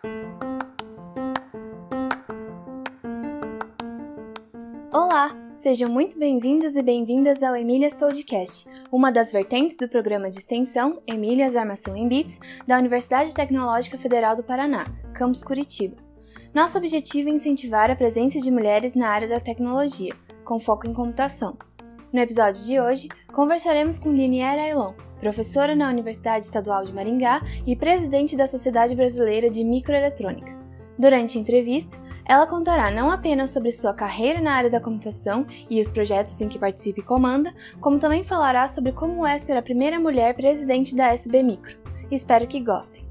Olá, sejam muito bem-vindos e bem-vindas ao Emílias Podcast, uma das vertentes do programa de extensão Emílias Armação em Bits da Universidade Tecnológica Federal do Paraná, campus Curitiba. Nosso objetivo é incentivar a presença de mulheres na área da tecnologia, com foco em computação. No episódio de hoje, conversaremos com Linier Ailon, professora na Universidade Estadual de Maringá e presidente da Sociedade Brasileira de Microeletrônica. Durante a entrevista, ela contará não apenas sobre sua carreira na área da computação e os projetos em que participa e comanda, como também falará sobre como é ser a primeira mulher presidente da SB Micro. Espero que gostem!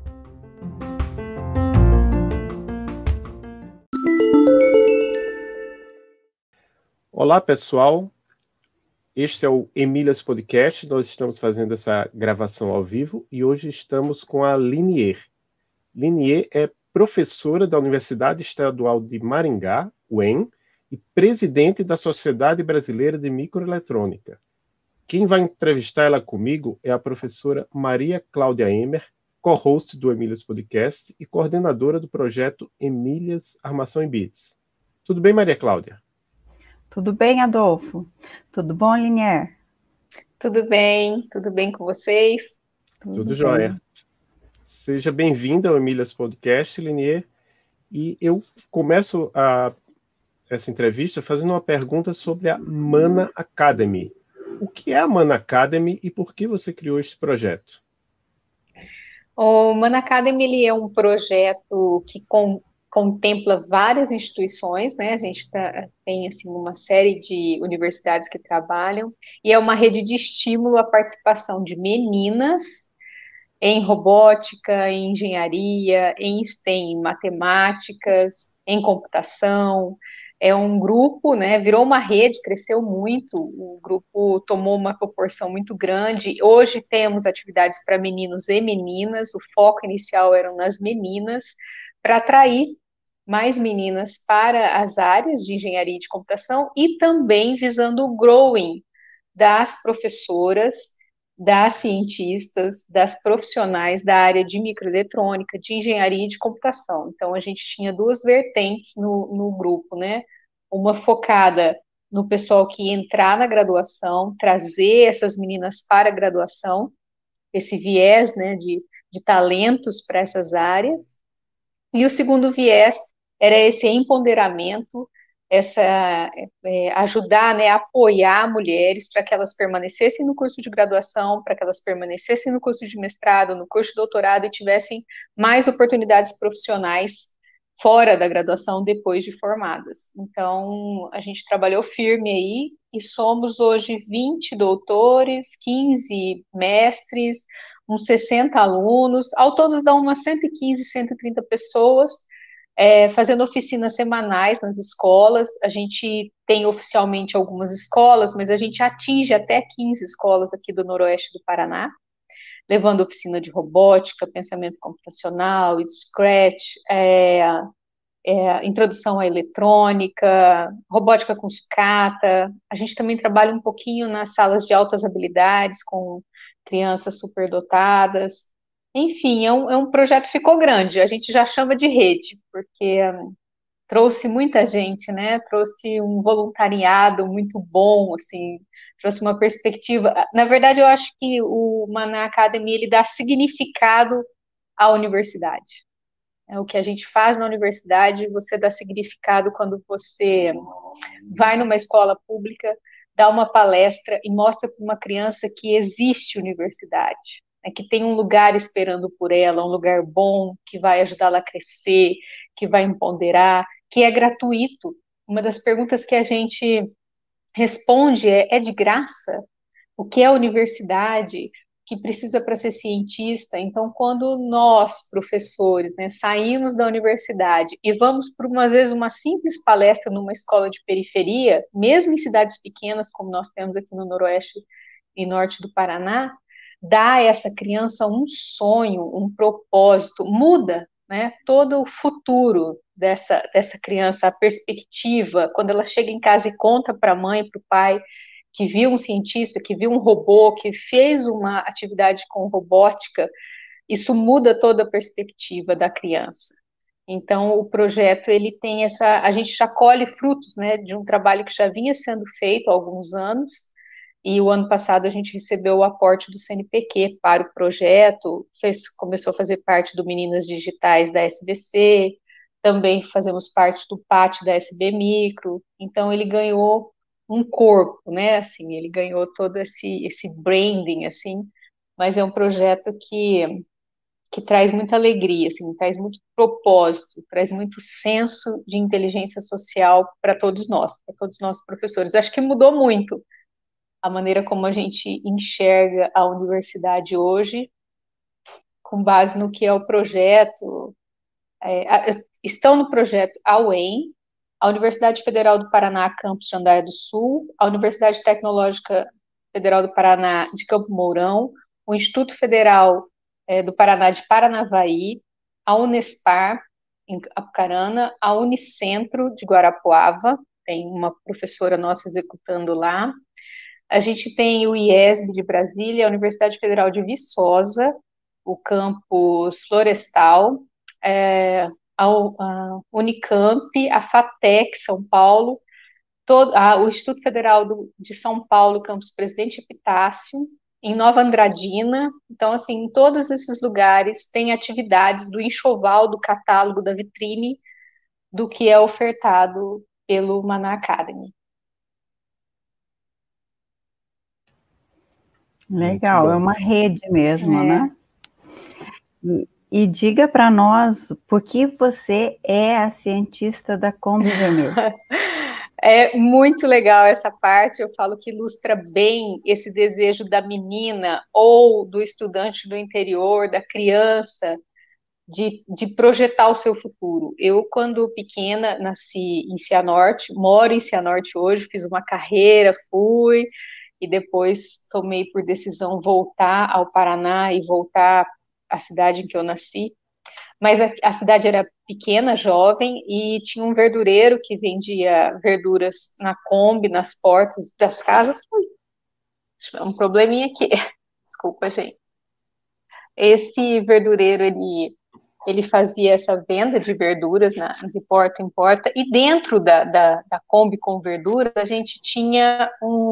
Olá, pessoal. Este é o Emílias Podcast. Nós estamos fazendo essa gravação ao vivo e hoje estamos com a Linier. Linier é professora da Universidade Estadual de Maringá, UEM, e presidente da Sociedade Brasileira de Microeletrônica. Quem vai entrevistar ela comigo é a professora Maria Cláudia Emer, co-host do Emílias Podcast e coordenadora do projeto Emílias Armação em Bits. Tudo bem, Maria Cláudia? Tudo bem, Adolfo? Tudo bom, Linier? Tudo bem com vocês? Tudo jóia. Seja bem-vinda ao Emílias Podcast, Linier. E eu começo essa entrevista fazendo uma pergunta sobre a Mana Academy. O que é a Mana Academy e por que você criou este projeto? O Mana Academy ele é um projeto que contempla várias instituições, né? A gente tem assim, uma série de universidades que trabalham, e é uma rede de estímulo à participação de meninas em robótica, em engenharia, em STEM, em matemáticas, em computação. É um grupo, né, virou uma rede, cresceu muito, o grupo tomou uma proporção muito grande. Hoje temos atividades para meninos e meninas, o foco inicial eram nas meninas, para atrair mais meninas para as áreas de engenharia e de computação e também visando o growing das professoras, das cientistas, das profissionais da área de microeletrônica, de engenharia e de computação. Então, a gente tinha duas vertentes no grupo, né? Uma focada no pessoal que ia entrar na graduação, trazer essas meninas para a graduação, esse viés, né, de talentos para essas áreas. E o segundo viés era esse empoderamento, ajudar, né, apoiar mulheres para que elas permanecessem no curso de graduação, para que elas permanecessem no curso de mestrado, no curso de doutorado e tivessem mais oportunidades profissionais fora da graduação depois de formadas. Então, a gente trabalhou firme aí e somos hoje 20 doutores, 15 mestres, uns 60 alunos, ao todo dá umas 115, 130 pessoas, fazendo oficinas semanais nas escolas. A gente tem oficialmente algumas escolas, mas a gente atinge até 15 escolas aqui do noroeste do Paraná, levando oficina de robótica, pensamento computacional, Scratch, introdução à eletrônica, robótica com sucata. A gente também trabalha um pouquinho nas salas de altas habilidades, com crianças superdotadas. Enfim, é um projeto que ficou grande, a gente já chama de rede, porque trouxe muita gente, né? Trouxe um voluntariado muito bom, assim, trouxe uma perspectiva. Na verdade, eu acho que o Mana Academy, ele dá significado à universidade. É o que a gente faz na universidade, você dá significado quando você vai numa escola pública, dá uma palestra e mostra para uma criança que existe universidade, né, que tem um lugar esperando por ela, um lugar bom, que vai ajudá-la a crescer, que vai empoderar, que é gratuito. Uma das perguntas que a gente responde é de graça? O que é a universidade? Que precisa para ser cientista. Então, quando nós, professores, né, saímos da universidade e vamos para, às vezes, uma simples palestra numa escola de periferia, mesmo em cidades pequenas, como nós temos aqui no noroeste e norte do Paraná, dá a essa criança um sonho, um propósito, muda, né, todo o futuro dessa criança, a perspectiva, quando ela chega em casa e conta para a mãe, para o pai, que viu um cientista, que viu um robô, que fez uma atividade com robótica, isso muda toda a perspectiva da criança. Então, o projeto, ele tem a gente já colhe frutos, né, de um trabalho que já vinha sendo feito há alguns anos, e o ano passado a gente recebeu o aporte do CNPq para o projeto, começou a fazer parte do Meninas Digitais da SBC, também fazemos parte do PAT da SB Micro, então ele ganhou um corpo, né, assim, ele ganhou todo esse branding, assim, mas é um projeto que traz muita alegria, assim, traz muito propósito, traz muito senso de inteligência social para todos nós professores. Acho que mudou muito a maneira como a gente enxerga a universidade hoje, com base no que é o projeto. Estão no projeto a UEM, a Universidade Federal do Paraná, campus de Jandaia do Sul, a Universidade Tecnológica Federal do Paraná de Campo Mourão, o Instituto Federal do Paraná de Paranavaí, a Unespar, em Apucarana, a Unicentro de Guarapuava, tem uma professora nossa executando lá. A gente tem o IESB de Brasília, a Universidade Federal de Viçosa, o campus Florestal, a Unicamp, a FATEC São Paulo, o Instituto Federal de São Paulo, campus Presidente Epitácio, em Nova Andradina. Então, assim, em todos esses lugares tem atividades do enxoval, do catálogo, da vitrine, do que é ofertado pelo Maná Academy. Legal, é uma rede mesmo, né? E diga para nós, por que você é a cientista da Kombi Vermelha? É muito legal essa parte, eu falo que ilustra bem esse desejo da menina ou do estudante do interior, da criança, de projetar o seu futuro. Eu, quando pequena, nasci em Cianorte, moro em Cianorte hoje, fiz uma carreira, fui, e depois tomei por decisão voltar ao Paraná e voltar à cidade em que eu nasci. Mas a cidade era pequena, jovem, e tinha um verdureiro que vendia verduras na Kombi, nas portas das casas. Ui, um probleminha aqui. Desculpa, gente. Esse verdureiro, ele fazia essa venda de verduras de porta em porta, e dentro da Kombi com verduras, a gente tinha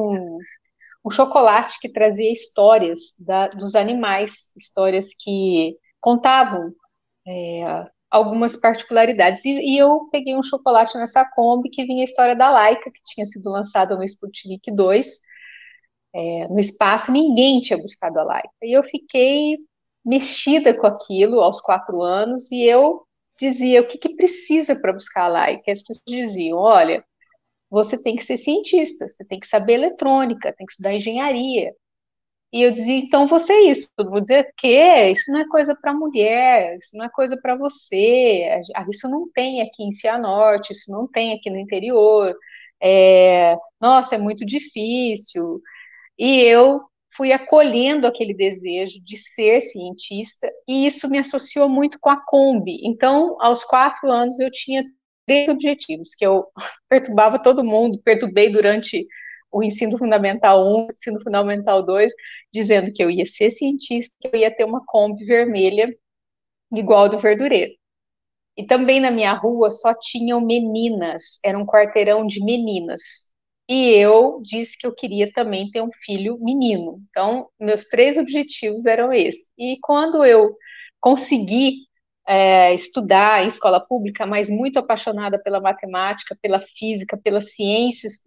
um chocolate que trazia histórias dos animais, histórias que contavam algumas particularidades. E eu peguei um chocolate nessa Kombi que vinha a história da Laika, que tinha sido lançada no Sputnik 2, no espaço, ninguém tinha buscado a Laika. E eu fiquei mexida com aquilo aos 4 anos, e eu dizia, o que precisa para buscar a Laika? E as pessoas diziam, olha, você tem que ser cientista, você tem que saber eletrônica, tem que estudar engenharia. E eu dizia, então você é isso. Todo mundo dizia, que isso não é coisa para mulher, isso não é coisa para você, isso não tem aqui em Cianorte, isso não tem aqui no interior, nossa, é muito difícil. E eu fui acolhendo aquele desejo de ser cientista, e isso me associou muito com a Kombi. Então, aos 4 anos, eu tinha 3 objetivos, que eu perturbava todo mundo, perturbei durante o ensino fundamental 1, ensino fundamental 2, dizendo que eu ia ser cientista, que eu ia ter uma Kombi vermelha, igual a do verdureiro. E também na minha rua só tinham meninas, era um quarteirão de meninas. E eu disse que eu queria também ter um filho menino. Então, meus 3 objetivos eram esses. E quando eu consegui estudar em escola pública, mas muito apaixonada pela matemática, pela física, pelas ciências,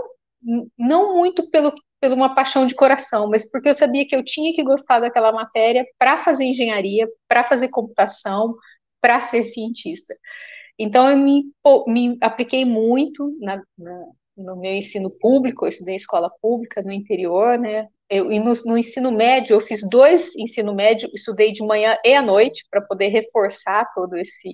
não muito pela uma paixão de coração, mas porque eu sabia que eu tinha que gostar daquela matéria para fazer engenharia, para fazer computação, para ser cientista. Então, eu me apliquei muito no meu ensino público, eu estudei em escola pública no interior, né? E no ensino médio, eu fiz 2 ensino médio, estudei de manhã e à noite para poder reforçar todo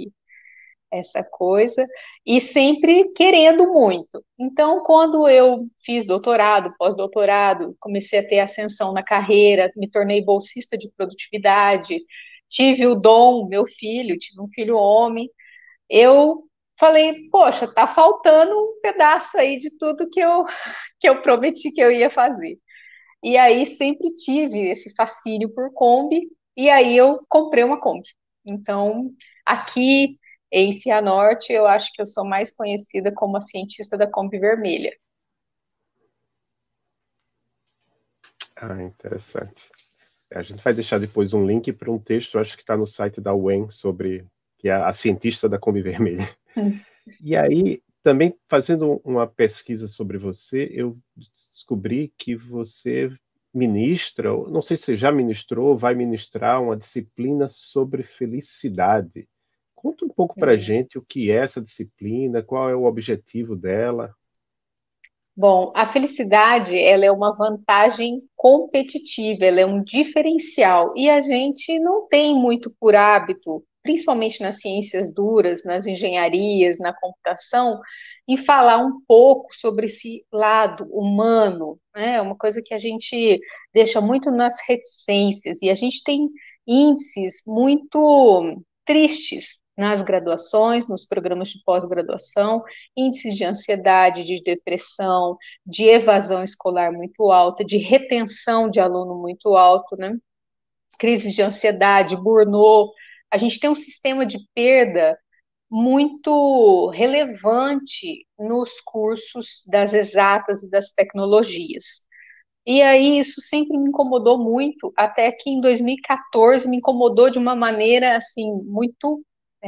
essa coisa, e sempre querendo muito. Então, quando eu fiz doutorado, pós-doutorado, comecei a ter ascensão na carreira, me tornei bolsista de produtividade, tive o Dom, meu filho, tive um filho homem, eu falei, poxa, tá faltando um pedaço aí de tudo que eu prometi que eu ia fazer. E aí sempre tive esse fascínio por Kombi, e aí eu comprei uma Kombi. Então, aqui Em Cianorte, eu acho que eu sou mais conhecida como a cientista da Kombi vermelha. Ah, interessante. A gente vai deixar depois um link para um texto, acho que está no site da UEM, sobre que é a cientista da Kombi vermelha. E aí, também fazendo uma pesquisa sobre você, eu descobri que você ministra, não sei se você já ministrou, vai ministrar uma disciplina sobre felicidade. Conta um pouco para a gente o que é essa disciplina, qual é o objetivo dela. Bom, a felicidade, ela é uma vantagem competitiva, ela é um diferencial, e a gente não tem muito por hábito, principalmente nas ciências duras, nas engenharias, na computação, em falar um pouco sobre esse lado humano, né? É uma coisa que a gente deixa muito nas reticências, e a gente tem índices muito tristes nas graduações, nos programas de pós-graduação, índices de ansiedade, de depressão, de evasão escolar muito alta, de retenção de aluno muito alto, né? Crises de ansiedade, burnout. A gente tem um sistema de perda muito relevante nos cursos das exatas e das tecnologias. E aí isso sempre me incomodou muito, até que em 2014 me incomodou de uma maneira assim muito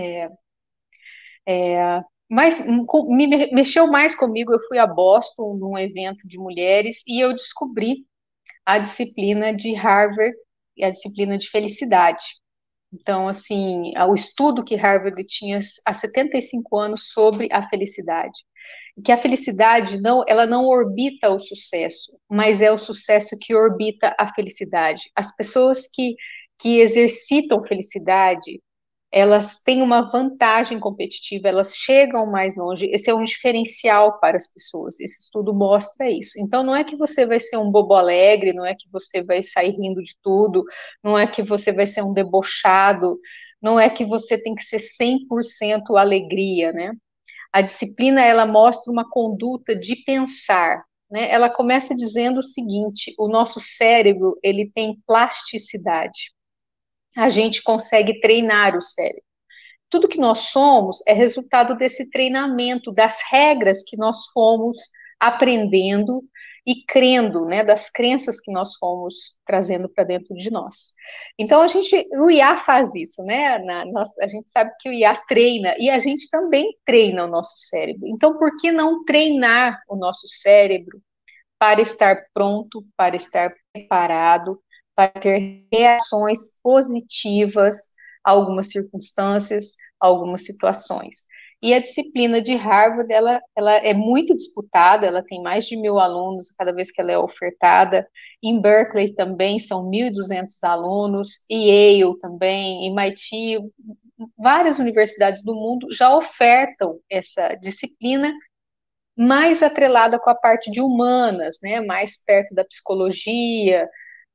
mas me mexeu mais comigo. Eu fui a Boston num evento de mulheres e eu descobri a disciplina de Harvard e a disciplina de felicidade. Então, assim, o estudo que Harvard tinha há 75 anos sobre a felicidade. Que a felicidade ela não orbita o sucesso, mas é o sucesso que orbita a felicidade. As pessoas que exercitam felicidade, elas têm uma vantagem competitiva, elas chegam mais longe. Esse é um diferencial para as pessoas. Esse estudo mostra isso. Então, não é que você vai ser um bobo alegre, não é que você vai sair rindo de tudo, não é que você vai ser um debochado, não é que você tem que ser 100% alegria, né? A disciplina, ela mostra uma conduta de pensar, né? Ela começa dizendo o seguinte: o nosso cérebro, ele tem plasticidade. A gente consegue treinar o cérebro. Tudo que nós somos é resultado desse treinamento, das regras que nós fomos aprendendo e crendo, né, das crenças que nós fomos trazendo para dentro de nós. Então o IA faz isso, né? A gente sabe que o IA treina e a gente também treina o nosso cérebro. Então por que não treinar o nosso cérebro para estar pronto, para estar preparado, para ter reações positivas a algumas circunstâncias, a algumas situações? E a disciplina de Harvard, ela é muito disputada, ela tem mais de 1.000 alunos cada vez que ela é ofertada. Em Berkeley também são 1.200 alunos, e Yale também, MIT, várias universidades do mundo já ofertam essa disciplina mais atrelada com a parte de humanas, né, mais perto da psicologia,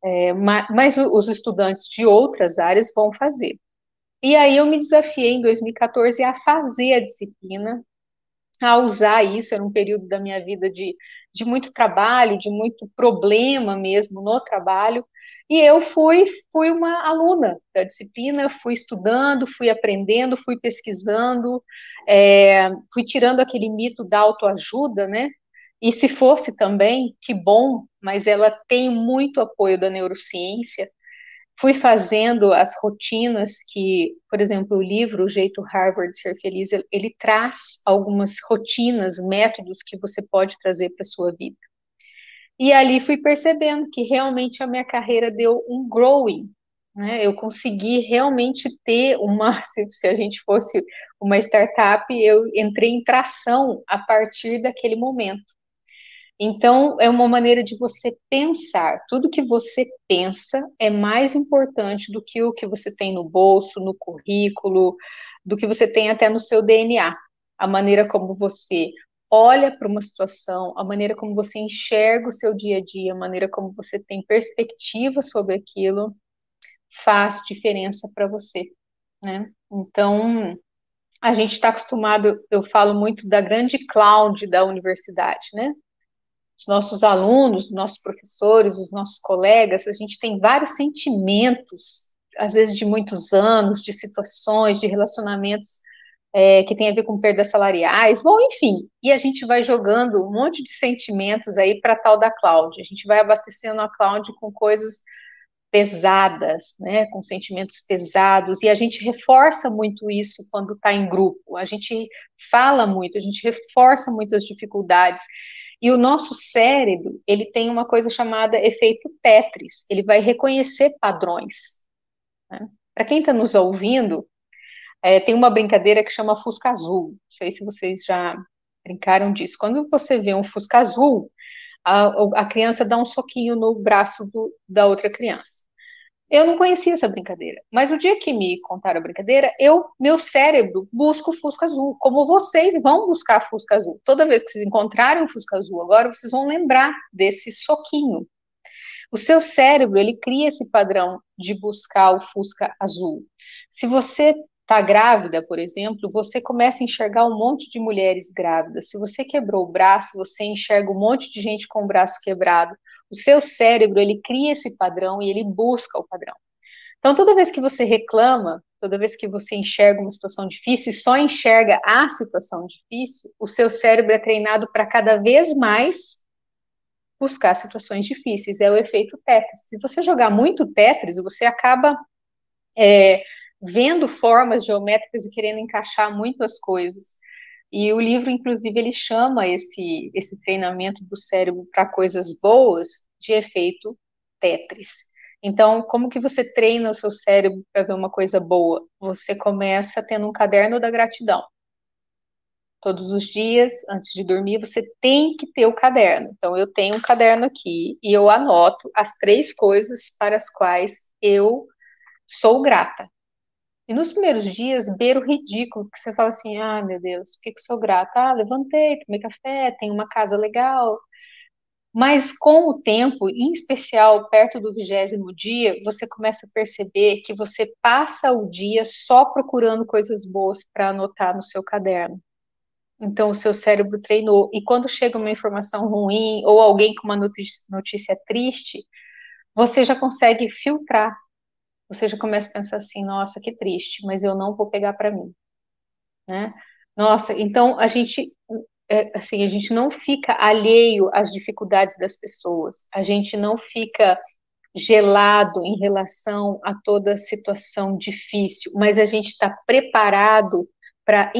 mas os estudantes de outras áreas vão fazer. E aí eu me desafiei em 2014 a fazer a disciplina, a usar isso. Era um período da minha vida de muito trabalho, de muito problema mesmo no trabalho, e eu fui uma aluna da disciplina, fui estudando, fui aprendendo, fui pesquisando, fui tirando aquele mito da autoajuda, né? E se fosse também, que bom, mas ela tem muito apoio da neurociência. Fui fazendo as rotinas que, por exemplo, o livro O Jeito Harvard de Ser Feliz, ele traz algumas rotinas, métodos que você pode trazer para a sua vida. E ali fui percebendo que realmente a minha carreira deu um growing, né? Eu consegui realmente ter se a gente fosse uma startup, eu entrei em tração a partir daquele momento. Então, é uma maneira de você pensar. Tudo que você pensa é mais importante do que o que você tem no bolso, no currículo, do que você tem até no seu DNA. A maneira como você olha para uma situação, a maneira como você enxerga o seu dia a dia, a maneira como você tem perspectiva sobre aquilo, faz diferença para você, né? Então, a gente está acostumado, eu falo muito da grande cloud da universidade, né? Os nossos alunos, os nossos professores, os nossos colegas, a gente tem vários sentimentos, às vezes de muitos anos, de situações, de relacionamentos que tem a ver com perdas salariais, bom, enfim. E a gente vai jogando um monte de sentimentos aí para tal da cloud. A gente vai abastecendo a cloud com coisas pesadas, né, com sentimentos pesados, e a gente reforça muito isso quando está em grupo, a gente fala muito, a gente reforça muito as dificuldades, e o nosso cérebro, ele tem uma coisa chamada efeito Tetris, ele vai reconhecer padrões, né? Para quem está nos ouvindo, tem uma brincadeira que chama Fusca Azul, não sei se vocês já brincaram disso, quando você vê um Fusca Azul, a criança dá um soquinho no braço da outra criança. Eu não conhecia essa brincadeira, mas o dia que me contaram a brincadeira, meu cérebro busca o Fusca Azul, como vocês vão buscar Fusca Azul. Toda vez que vocês encontrarem o Fusca Azul agora, vocês vão lembrar desse soquinho. O seu cérebro, ele cria esse padrão de buscar o Fusca Azul. Se você está grávida, por exemplo, você começa a enxergar um monte de mulheres grávidas. Se você quebrou o braço, você enxerga um monte de gente com o braço quebrado. O seu cérebro, ele cria esse padrão e ele busca o padrão. Então, toda vez que você reclama, toda vez que você enxerga uma situação difícil e só enxerga a situação difícil, o seu cérebro é treinado para cada vez mais buscar situações difíceis. É o efeito Tetris. Se você jogar muito Tetris, você acaba vendo formas geométricas e querendo encaixar muitas coisas. E o livro, inclusive, ele chama esse treinamento do cérebro para coisas boas de efeito Tetris. Então, como que você treina o seu cérebro para ver uma coisa boa? Você começa tendo um caderno da gratidão. Todos os dias, antes de dormir, você tem que ter o caderno. Então, eu tenho um caderno aqui e eu anoto as 3 coisas para as quais eu sou grata. E nos primeiros dias, beira o ridículo, que você fala assim, ah, meu Deus, por que que sou grata? Ah, levantei, tomei café, tenho uma casa legal. Mas com o tempo, em especial perto do 20º dia, você começa a perceber que você passa o dia só procurando coisas boas para anotar no seu caderno. Então, o seu cérebro treinou. E quando chega uma informação ruim ou alguém com uma notícia triste, você já consegue filtrar. Você já começa a pensar assim, nossa, que triste, mas eu não vou pegar para mim, né? Nossa, então a gente não fica alheio às dificuldades das pessoas. A gente não fica gelado em relação a toda situação difícil, mas a gente está preparado para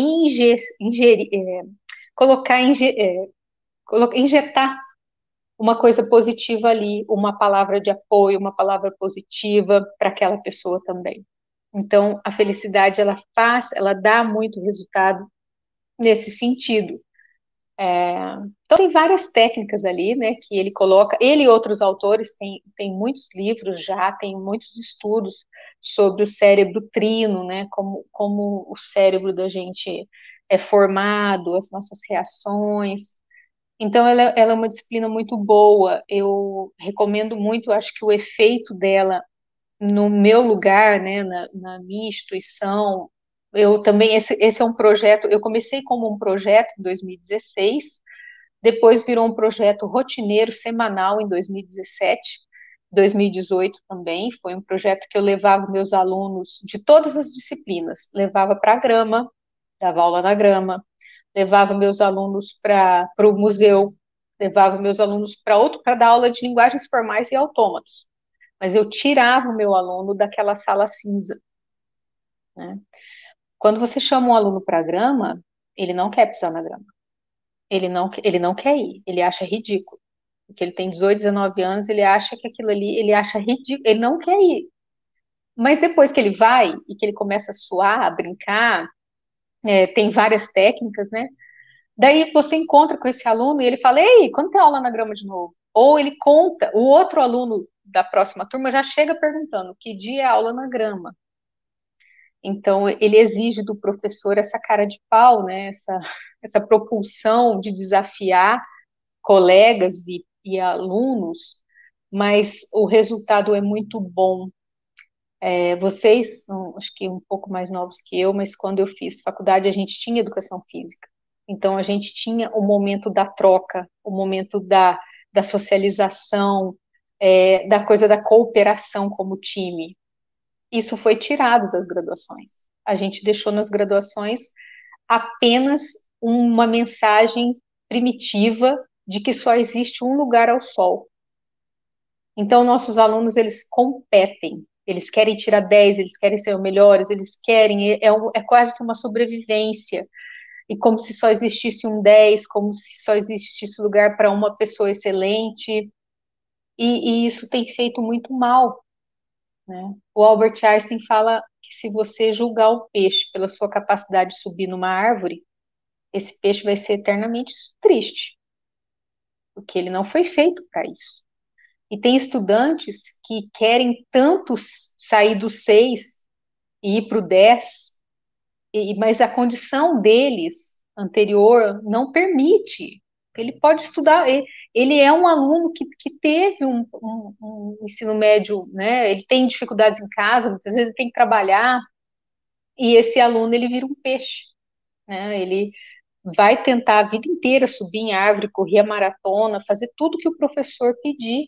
injetar uma coisa positiva ali, uma palavra de apoio, uma palavra positiva para aquela pessoa também. Então, a felicidade, ela dá muito resultado nesse sentido. Então, tem várias técnicas ali, né, que ele coloca, ele e outros autores têm muitos livros já, tem muitos estudos sobre o cérebro trino, né, como o cérebro da gente é formado, as nossas reações. Então, ela é uma disciplina muito boa, eu recomendo muito, acho que o efeito dela no meu lugar, né, na minha instituição, eu também, esse é um projeto, eu comecei como um projeto em 2016, depois virou um projeto rotineiro, semanal, em 2017, 2018 também, foi um projeto que eu levava meus alunos de todas as disciplinas, levava para a grama, dava aula na grama, levava meus alunos para o museu, levava meus alunos para dar aula de linguagens formais e autômatos. Mas eu tirava o meu aluno daquela sala cinza, né? Quando você chama um aluno para a grama, ele não quer pisar na grama. Ele não quer ir, ele acha ridículo. Porque ele tem 18, 19 anos, ele acha que aquilo ali, ele acha ridículo, ele não quer ir. Mas depois que ele vai e que ele começa a suar, a brincar, tem várias técnicas, né? Daí você encontra com esse aluno e ele fala, ei, quando tem aula na grama de novo? Ou ele conta, o outro aluno da próxima turma já chega perguntando, que dia é aula na grama? Então, ele exige do professor essa cara de pau, né? Essa propulsão de desafiar colegas e alunos, mas o resultado é muito bom. Vocês, acho que um pouco mais novos que eu, mas quando eu fiz faculdade, a gente tinha educação física. Então, a gente tinha o momento da troca, o momento da socialização, da coisa da cooperação como time. Isso foi tirado das graduações. A gente deixou nas graduações apenas uma mensagem primitiva de que só existe um lugar ao sol. Então, nossos alunos, eles competem, eles querem tirar 10, eles querem ser os melhores, eles querem, é quase que uma sobrevivência, e como se só existisse um 10, como se só existisse lugar para uma pessoa excelente, e isso tem feito muito mal, né? O Albert Einstein fala que se você julgar o peixe pela sua capacidade de subir numa árvore, esse peixe vai ser eternamente triste, porque ele não foi feito para isso. E tem estudantes que querem tanto sair do 6 e ir para o 10, mas a condição deles anterior não permite. Ele pode estudar, ele é um aluno que teve um ensino médio, né? Ele tem dificuldades em casa, muitas vezes ele tem que trabalhar, e esse aluno ele vira um peixe, né? Ele vai tentar a vida inteira subir em árvore, correr a maratona, fazer tudo que o professor pedir,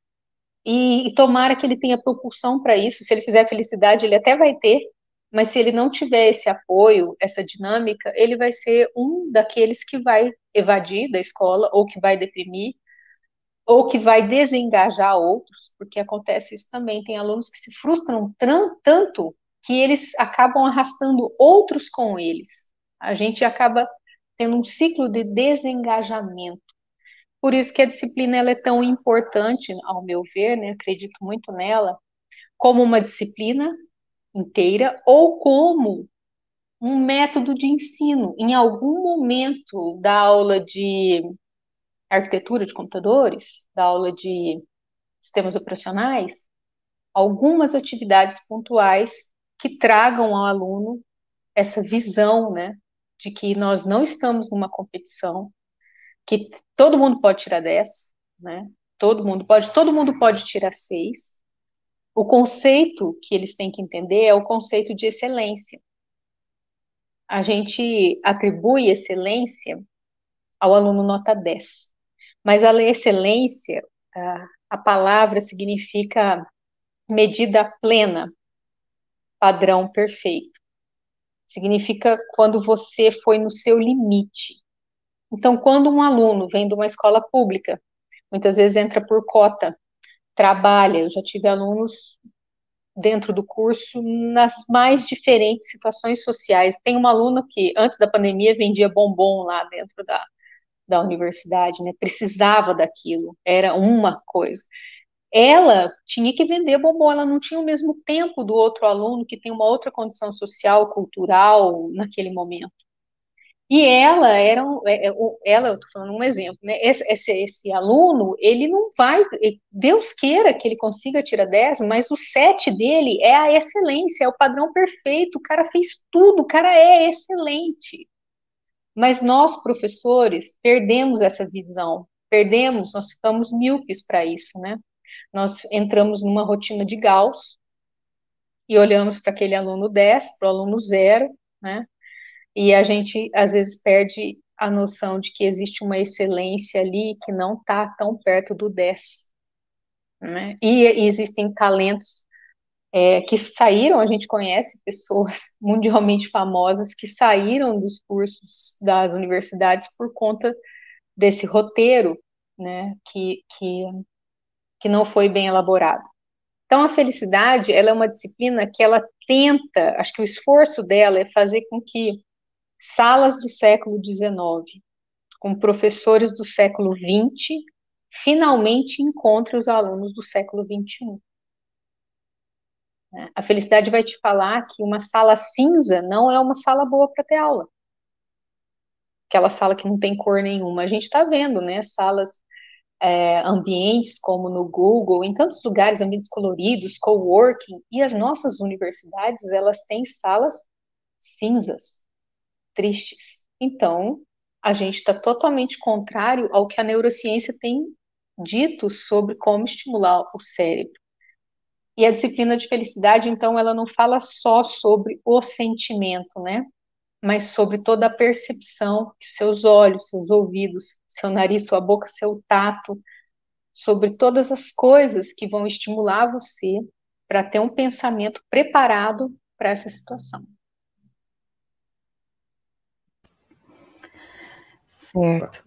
e tomara que ele tenha propulsão para isso. Se ele fizer felicidade, ele até vai ter, mas se ele não tiver esse apoio, essa dinâmica, ele vai ser um daqueles que vai evadir da escola, ou que vai deprimir, ou que vai desengajar outros, porque acontece isso também. Tem alunos que se frustram tanto que eles acabam arrastando outros com eles. A gente acaba tendo um ciclo de desengajamento. Por isso que a disciplina ela é tão importante, ao meu ver, né? Acredito muito nela, como uma disciplina inteira ou como um método de ensino. Em algum momento da aula de arquitetura de computadores, da aula de sistemas operacionais, algumas atividades pontuais que tragam ao aluno essa visão, né, de que nós não estamos numa competição, que todo mundo pode tirar 10, né? Todo mundo pode tirar 6. O conceito que eles têm que entender é o conceito de excelência. A gente atribui excelência ao aluno nota 10. Mas a excelência, a palavra significa medida plena, padrão perfeito. Significa quando você foi no seu limite. Então, quando um aluno vem de uma escola pública, muitas vezes entra por cota, trabalha, eu já tive alunos dentro do curso nas mais diferentes situações sociais. Tem uma aluna que, antes da pandemia, vendia bombom lá dentro da universidade, né? Precisava daquilo, era uma coisa. Ela tinha que vender bombom, ela não tinha o mesmo tempo do outro aluno que tem uma outra condição social, cultural, naquele momento. E ela era, eu estou falando um exemplo, né? Esse aluno, ele não vai, Deus queira que ele consiga tirar 10, mas o 7 dele é a excelência, é o padrão perfeito, o cara fez tudo, o cara é excelente. Mas nós, professores, perdemos essa visão, nós ficamos míopes para isso, né? Nós entramos numa rotina de Gauss e olhamos para aquele aluno 10, para o aluno 0, né? E a gente, às vezes, perde a noção de que existe uma excelência ali que não está tão perto do 10, né? E existem talentos que saíram, a gente conhece pessoas mundialmente famosas que saíram dos cursos das universidades por conta desse roteiro, né, que não foi bem elaborado. Então, a felicidade, ela é uma disciplina que ela tenta, acho que o esforço dela é fazer com que salas do século XIX, com professores do século XX, finalmente encontrem os alunos do século XXI. A felicidade vai te falar que uma sala cinza não é uma sala boa para ter aula. Aquela sala que não tem cor nenhuma. A gente está vendo, né? Salas, ambientes como no Google, em tantos lugares, ambientes coloridos, coworking, e as nossas universidades, elas têm salas cinzas, tristes. Então, a gente está totalmente contrário ao que a neurociência tem dito sobre como estimular o cérebro. E a disciplina de felicidade, então, ela não fala só sobre o sentimento, né? Mas sobre toda a percepção que seus olhos, seus ouvidos, seu nariz, sua boca, seu tato, sobre todas as coisas que vão estimular você para ter um pensamento preparado para essa situação. Certo.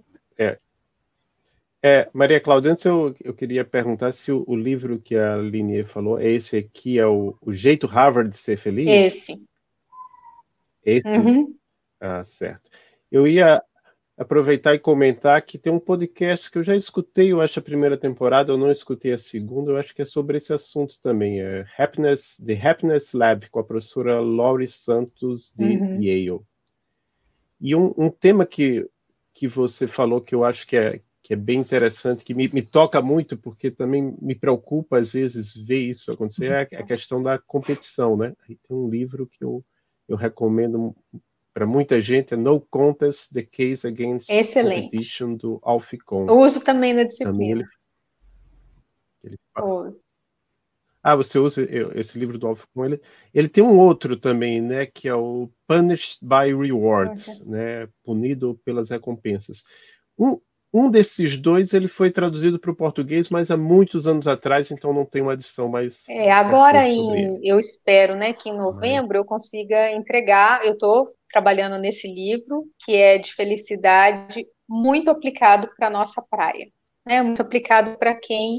Maria Cláudia, antes eu queria perguntar se o livro que a Linier falou, esse aqui é o Jeito Harvard de Ser Feliz? Esse. Esse? Uhum. Ah, certo. Eu ia aproveitar e comentar que tem um podcast que eu já escutei, eu acho, a primeira temporada, eu não escutei a segunda, eu acho que é sobre esse assunto também, The Happiness Lab, com a professora Laurie Santos, de Yale. E um tema que você falou que eu acho que é bem interessante, que me toca muito, porque também me preocupa, às vezes, ver isso acontecer, é a questão da competição, né? Aí tem um livro que eu recomendo para muita gente, é No Contest, The Case Against Excelente. Competition, do Alf Kohn. Eu uso também na Também disciplina. ele fala. Você usa esse livro do Alf Kohn? Ele tem um outro também, né, que é o Punished by Rewards, né, punido pelas recompensas. Um desses dois ele foi traduzido para o português, mas há muitos anos atrás, então não tem uma edição mais Agora recente sobre ele. eu espero, né, que em novembro eu consiga entregar. Eu estou trabalhando nesse livro que é de felicidade, muito aplicado para a nossa praia, né? Muito aplicado para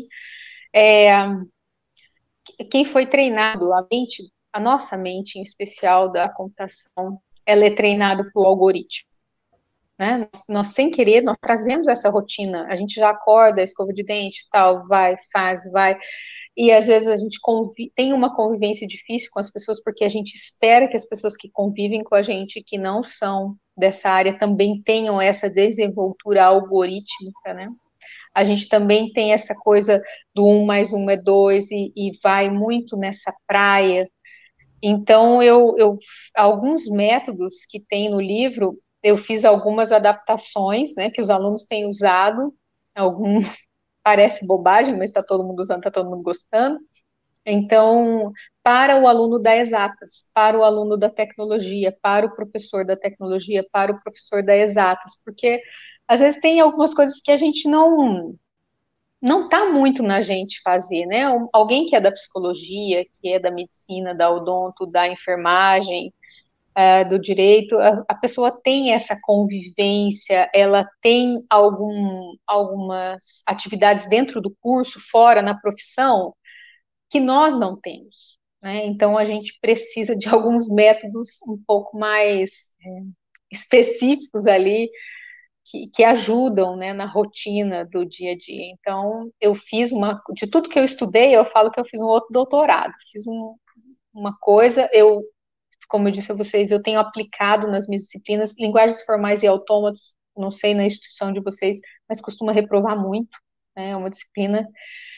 quem foi treinado, a nossa mente em especial da computação, ela é treinada para o algoritmo. Né? Nós, sem querer, nós trazemos essa rotina. A gente já acorda, escova de dente, tal, vai, faz, vai. E às vezes a gente tem uma convivência difícil com as pessoas, porque a gente espera que as pessoas que convivem com a gente, que não são dessa área, também tenham essa desenvoltura algorítmica, né? A gente também tem essa coisa do 1 mais 1 é 2 e vai muito nessa praia. Então, alguns métodos que tem no livro, eu fiz algumas adaptações, né, que os alunos têm usado. Algum parece bobagem, mas está todo mundo usando, está todo mundo gostando. Então, para o aluno da exatas, para o aluno da tecnologia, para o professor da tecnologia, para o professor da exatas, porque às vezes tem algumas coisas que a gente não está muito na gente fazer, né? Alguém que é da psicologia, que é da medicina, da odonto, da enfermagem, do direito, a pessoa tem essa convivência, ela tem algumas atividades dentro do curso, fora na profissão, que nós não temos, né? Então a gente precisa de alguns métodos um pouco mais específicos ali que ajudam, né, na rotina do dia a dia. Então eu fiz de tudo que eu estudei, eu falo que eu fiz um outro doutorado, fiz uma coisa, como eu disse a vocês, eu tenho aplicado nas minhas disciplinas linguagens formais e autômatos, não sei na instituição de vocês, mas costuma reprovar muito, né? É uma disciplina,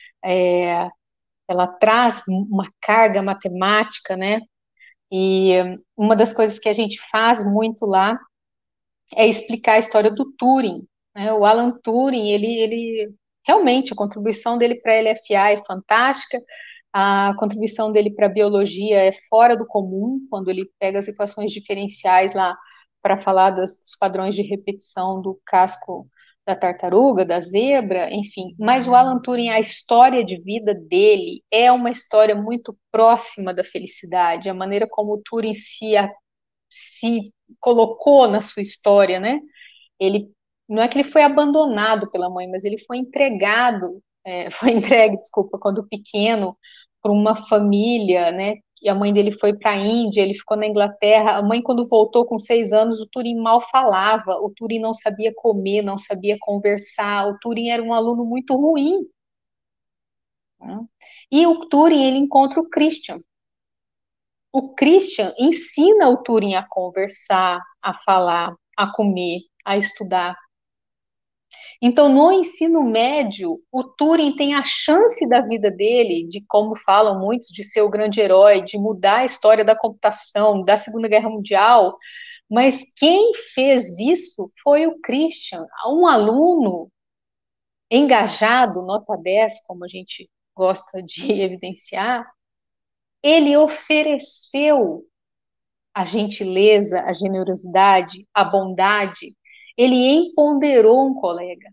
ela traz uma carga matemática, né? E uma das coisas que a gente faz muito lá é explicar a história do Turing, né? O Alan Turing, ele realmente a contribuição dele para a LFA é fantástica. A contribuição dele para a biologia é fora do comum, quando ele pega as equações diferenciais lá para falar dos padrões de repetição do casco da tartaruga, da zebra, enfim. Mas o Alan Turing, a história de vida dele é uma história muito próxima da felicidade, a maneira como o Turing se colocou na sua história, né? Ele não é que ele foi abandonado pela mãe, mas ele foi entregado, foi entregue, desculpa, quando pequeno, para uma família, né? E a mãe dele foi para a Índia, ele ficou na Inglaterra. A mãe, quando voltou com 6 anos, o Turing mal falava, o Turing não sabia comer, não sabia conversar, o Turing era um aluno muito ruim. Né? E o Turing, ele encontra o Christian. O Christian ensina o Turing a conversar, a falar, a comer, a estudar. Então, no ensino médio, o Turing tem a chance da vida dele, de como falam muitos, de ser o grande herói, de mudar a história da computação, da Segunda Guerra Mundial, mas quem fez isso foi o Christian, um aluno engajado, nota 10, como a gente gosta de evidenciar, ele ofereceu a gentileza, a generosidade, a bondade, ele empoderou um colega.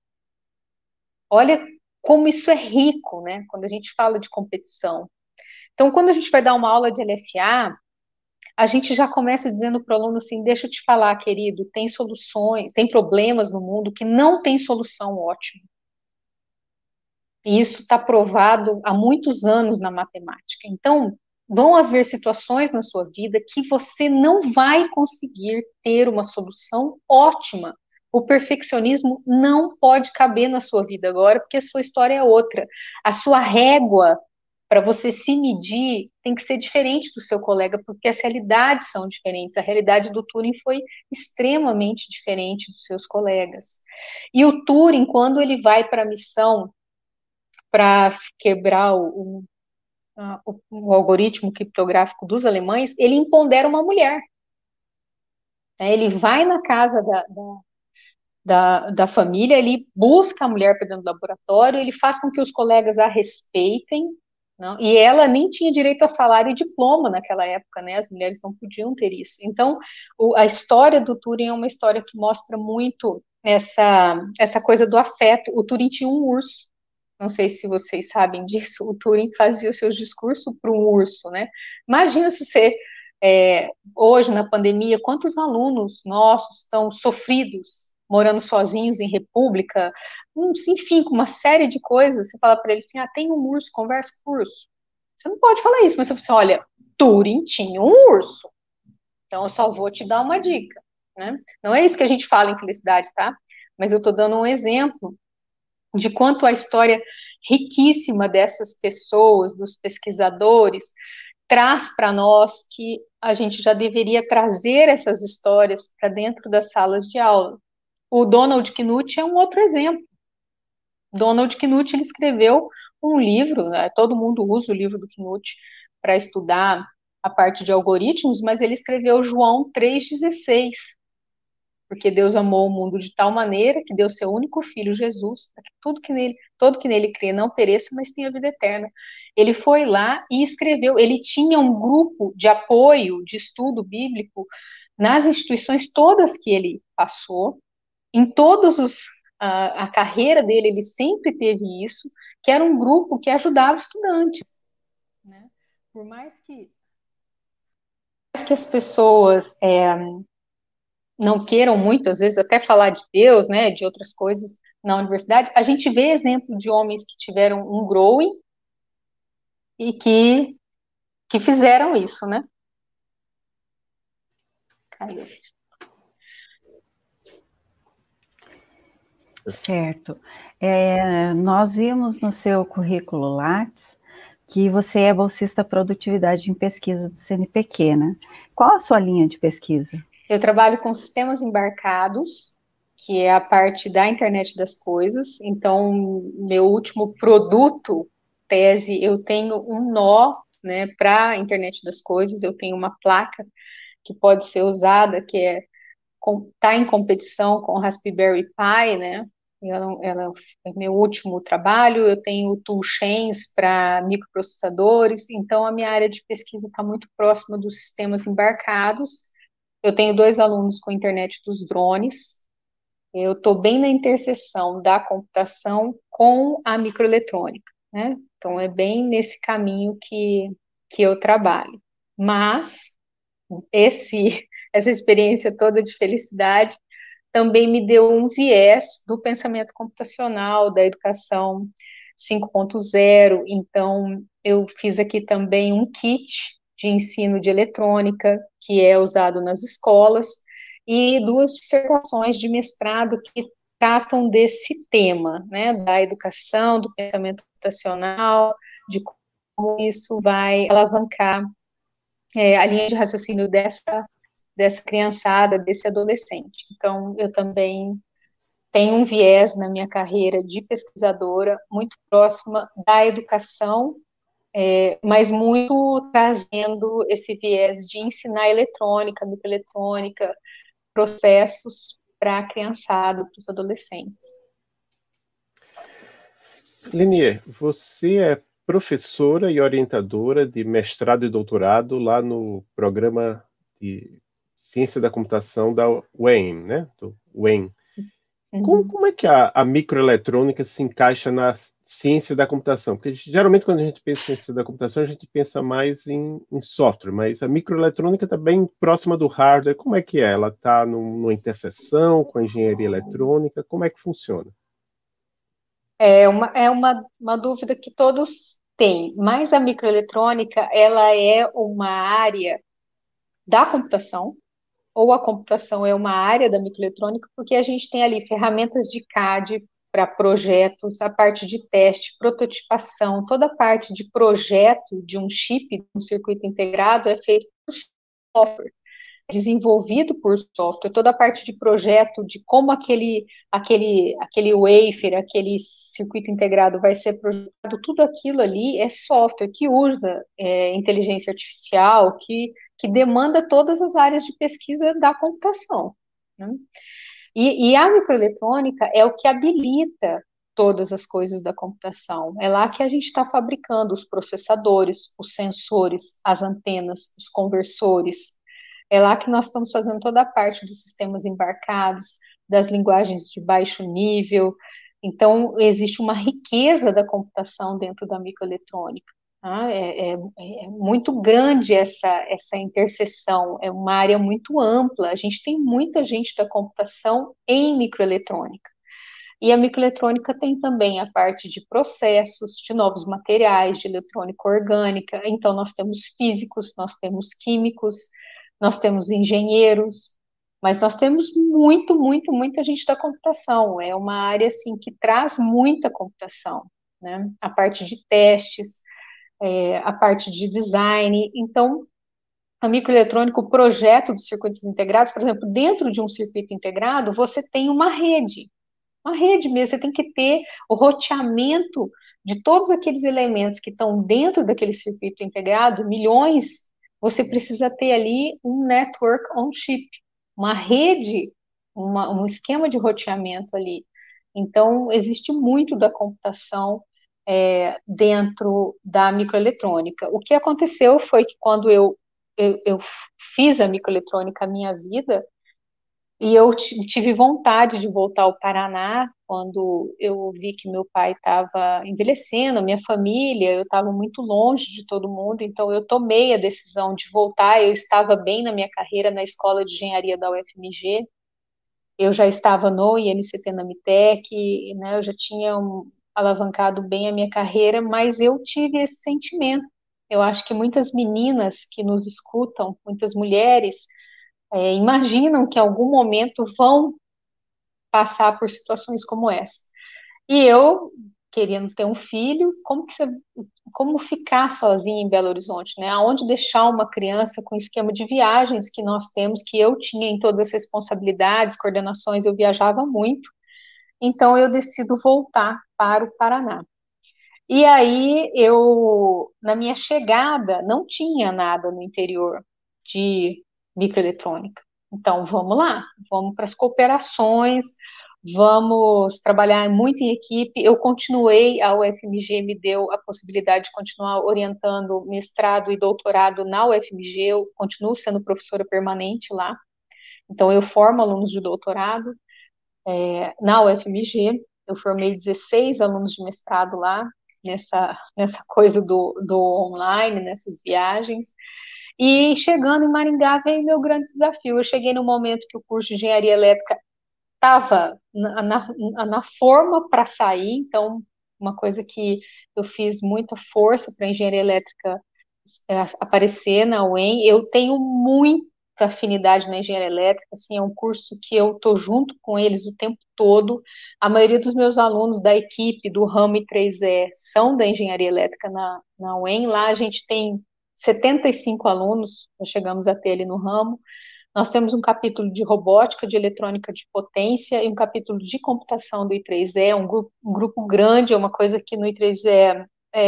Olha como isso é rico, né? Quando a gente fala de competição. Então, quando a gente vai dar uma aula de LFA, a gente já começa dizendo para o aluno assim, deixa eu te falar, querido, tem soluções, tem problemas no mundo que não tem solução ótima. E isso está provado há muitos anos na matemática. Então, vão haver situações na sua vida que você não vai conseguir ter uma solução ótima. O perfeccionismo não pode caber na sua vida agora, porque a sua história é outra. A sua régua para você se medir tem que ser diferente do seu colega, porque as realidades são diferentes. A realidade do Turing foi extremamente diferente dos seus colegas. E o Turing, quando ele vai para a missão para quebrar o algoritmo criptográfico dos alemães, ele empodera uma mulher. Ele vai na casa da família, ele busca a mulher para dentro do laboratório, ele faz com que os colegas a respeitem, não? E ela nem tinha direito a salário e diploma naquela época, né? As mulheres não podiam ter isso. Então, a história do Turing é uma história que mostra muito essa coisa do afeto. O Turing tinha um urso. Não sei se vocês sabem disso, o Turing fazia os seus discursos para um urso, né? Imagina se você, hoje na pandemia, quantos alunos nossos estão sofridos, morando sozinhos em república, enfim, com uma série de coisas, você fala para ele assim, tem um urso, conversa com o urso. Você não pode falar isso, mas você fala assim, olha, Turing tinha um urso, então eu só vou te dar uma dica, né? Não é isso que a gente fala em felicidade, tá? Mas eu estou dando um exemplo de quanto a história riquíssima dessas pessoas, dos pesquisadores, traz para nós que a gente já deveria trazer essas histórias para dentro das salas de aula. O Donald Knuth é um outro exemplo. Donald Knuth, ele escreveu um livro, né? Todo mundo usa o livro do Knuth para estudar a parte de algoritmos, mas ele escreveu João 3,16, porque Deus amou o mundo de tal maneira que deu seu único filho, Jesus, para que todo que nele crê não pereça, mas tenha vida eterna. Ele foi lá e escreveu, ele tinha um grupo de apoio, de estudo bíblico, nas instituições todas que ele passou, em todos a carreira dele, ele sempre teve isso, que era um grupo que ajudava estudantes, né? Por mais que as pessoas não queiram muito, às vezes, até falar de Deus, né, de outras coisas na universidade, a gente vê exemplo de homens que tiveram um growing e que fizeram isso, né? Caiu. Certo. Nós vimos no seu currículo Lattes que você é bolsista produtividade em pesquisa do CNPq, né? Qual a sua linha de pesquisa? Eu trabalho com sistemas embarcados, que é a parte da internet das coisas. Então, meu último produto, tese, eu tenho um nó, né, para a internet das coisas. Eu tenho uma placa que pode ser usada, que está em competição com o Raspberry Pi, né? Ela é meu último trabalho. Eu tenho toolchains para microprocessadores. Então, a minha área de pesquisa está muito próxima dos sistemas embarcados. Eu tenho 2 alunos com internet dos drones. Eu estou bem na interseção da computação com a microeletrônica, né? Então, é bem nesse caminho que eu trabalho. Mas essa experiência toda de felicidade também me deu um viés do pensamento computacional, da educação 5.0. Então, eu fiz aqui também um kit de ensino de eletrônica, que é usado nas escolas, e 2 dissertações de mestrado que tratam desse tema, né, da educação, do pensamento computacional, de como isso vai alavancar a linha de raciocínio dessa criançada, desse adolescente. Então, eu também tenho um viés na minha carreira de pesquisadora muito próxima da educação, mas muito trazendo esse viés de ensinar eletrônica, microeletrônica, processos para a criançada, para os adolescentes. Linier, você é professora e orientadora de mestrado e doutorado lá no programa de Ciência da Computação da UEM, né? Do UEM. Como é que a microeletrônica se encaixa na ciência da computação? Porque geralmente quando a gente pensa em ciência da computação, a gente pensa mais em software, mas a microeletrônica está bem próxima do hardware. Como é que é? Ela está numa interseção com a engenharia eletrônica? Como é que funciona? É uma dúvida que todos têm, mas a microeletrônica, ela é uma área da computação, ou a computação é uma área da microeletrônica, porque a gente tem ali ferramentas de CAD para projetos, a parte de teste, prototipação, toda a parte de projeto de um chip, de um circuito integrado, é feito por software, desenvolvido por software, toda a parte de projeto, de como aquele wafer, aquele circuito integrado vai ser projetado, tudo aquilo ali é software que usa inteligência artificial, que demanda todas as áreas de pesquisa da computação, né? E a microeletrônica é o que habilita todas as coisas da computação. É lá que a gente está fabricando os processadores, os sensores, as antenas, os conversores. É lá que nós estamos fazendo toda a parte dos sistemas embarcados, das linguagens de baixo nível. Então, existe uma riqueza da computação dentro da microeletrônica. Tá? É muito grande essa interseção, é uma área muito ampla. A gente tem muita gente da computação em microeletrônica. E a microeletrônica tem também a parte de processos, de novos materiais, de eletrônica orgânica. Então, nós temos físicos, nós temos químicos, nós temos engenheiros, mas nós temos muita gente da computação. É uma área assim que traz muita computação, né? A parte de testes, a parte de design. Então, a microeletrônica, o projeto dos circuitos integrados, por exemplo, dentro de um circuito integrado, você tem uma rede mesmo, você tem que ter o roteamento de todos aqueles elementos que estão dentro daquele circuito integrado, milhões, você precisa ter ali um network on chip, uma rede, um esquema de roteamento ali. Então, existe muito da computação dentro da microeletrônica. O que aconteceu foi que quando eu fiz a microeletrônica a minha vida, e eu tive vontade de voltar ao Paraná quando eu vi que meu pai estava envelhecendo, minha família, eu estava muito longe de todo mundo, então eu tomei a decisão de voltar. Eu estava bem na minha carreira na Escola de Engenharia da UFMG, eu já estava no INCT na Mitec, né, eu já tinha alavancado bem a minha carreira, mas eu tive esse sentimento. Eu acho que muitas meninas que nos escutam, muitas mulheres, imaginam que em algum momento vão passar por situações como essa. E eu, querendo ter um filho, como ficar sozinha em Belo Horizonte, né? Aonde deixar uma criança com o esquema de viagens que nós temos, que eu tinha em todas as responsabilidades, coordenações, eu viajava muito. Então eu decido voltar para o Paraná. E aí na minha chegada, não tinha nada no interior de microeletrônica. Então, vamos lá, vamos para as cooperações, vamos trabalhar muito em equipe. Eu continuei, a UFMG me deu a possibilidade de continuar orientando mestrado e doutorado na UFMG, eu continuo sendo professora permanente lá. Então, eu formo alunos de doutorado na UFMG, eu formei 16 alunos de mestrado lá, nessa coisa do online, nessas viagens. E chegando em Maringá veio meu grande desafio. Eu cheguei no momento que o curso de engenharia elétrica estava na forma para sair, então, uma coisa que eu fiz muita força para a engenharia elétrica aparecer na UEM. Eu tenho muita afinidade na engenharia elétrica, assim, é um curso que eu estou junto com eles o tempo todo. A maioria dos meus alunos da equipe do ramo I3E são da engenharia elétrica na UEM. Lá a gente tem 75 alunos, nós chegamos a ter ali no ramo. Nós temos um capítulo de robótica, de eletrônica de potência e um capítulo de computação do I3E, um grupo grande, é uma coisa que no I3E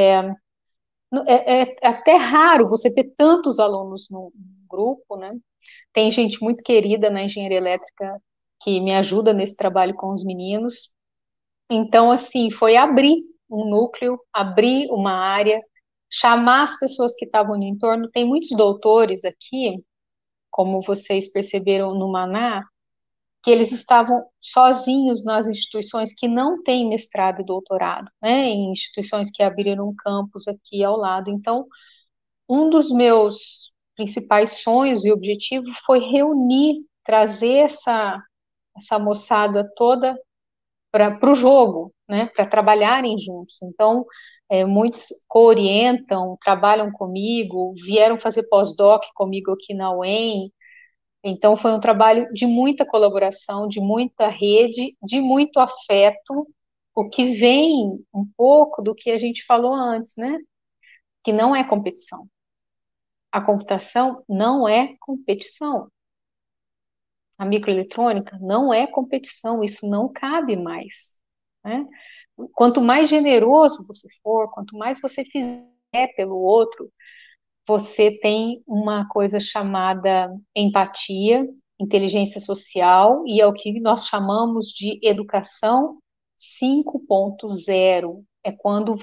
é até raro você ter tantos alunos no grupo, né? Tem gente muito querida na engenharia elétrica que me ajuda nesse trabalho com os meninos. Então, assim, foi abrir um núcleo, abrir uma área, chamar as pessoas que estavam no entorno. Tem muitos doutores aqui, como vocês perceberam no Maná, que eles estavam sozinhos nas instituições que não têm mestrado e doutorado, né, em instituições que abriram um campus aqui ao lado. Então, um dos meus principais sonhos e objetivos foi reunir, trazer essa moçada toda para o jogo, né, para trabalharem juntos. Então, muitos co-orientam, trabalham comigo, vieram fazer pós-doc comigo aqui na UEM. Então, foi um trabalho de muita colaboração, de muita rede, de muito afeto, o que vem um pouco do que a gente falou antes, né? Que não é competição. A computação não é competição. A microeletrônica não é competição, isso não cabe mais, né? Quanto mais generoso você for, quanto mais você fizer pelo outro, você tem uma coisa chamada empatia, inteligência social, e é o que nós chamamos de educação 5.0. É quando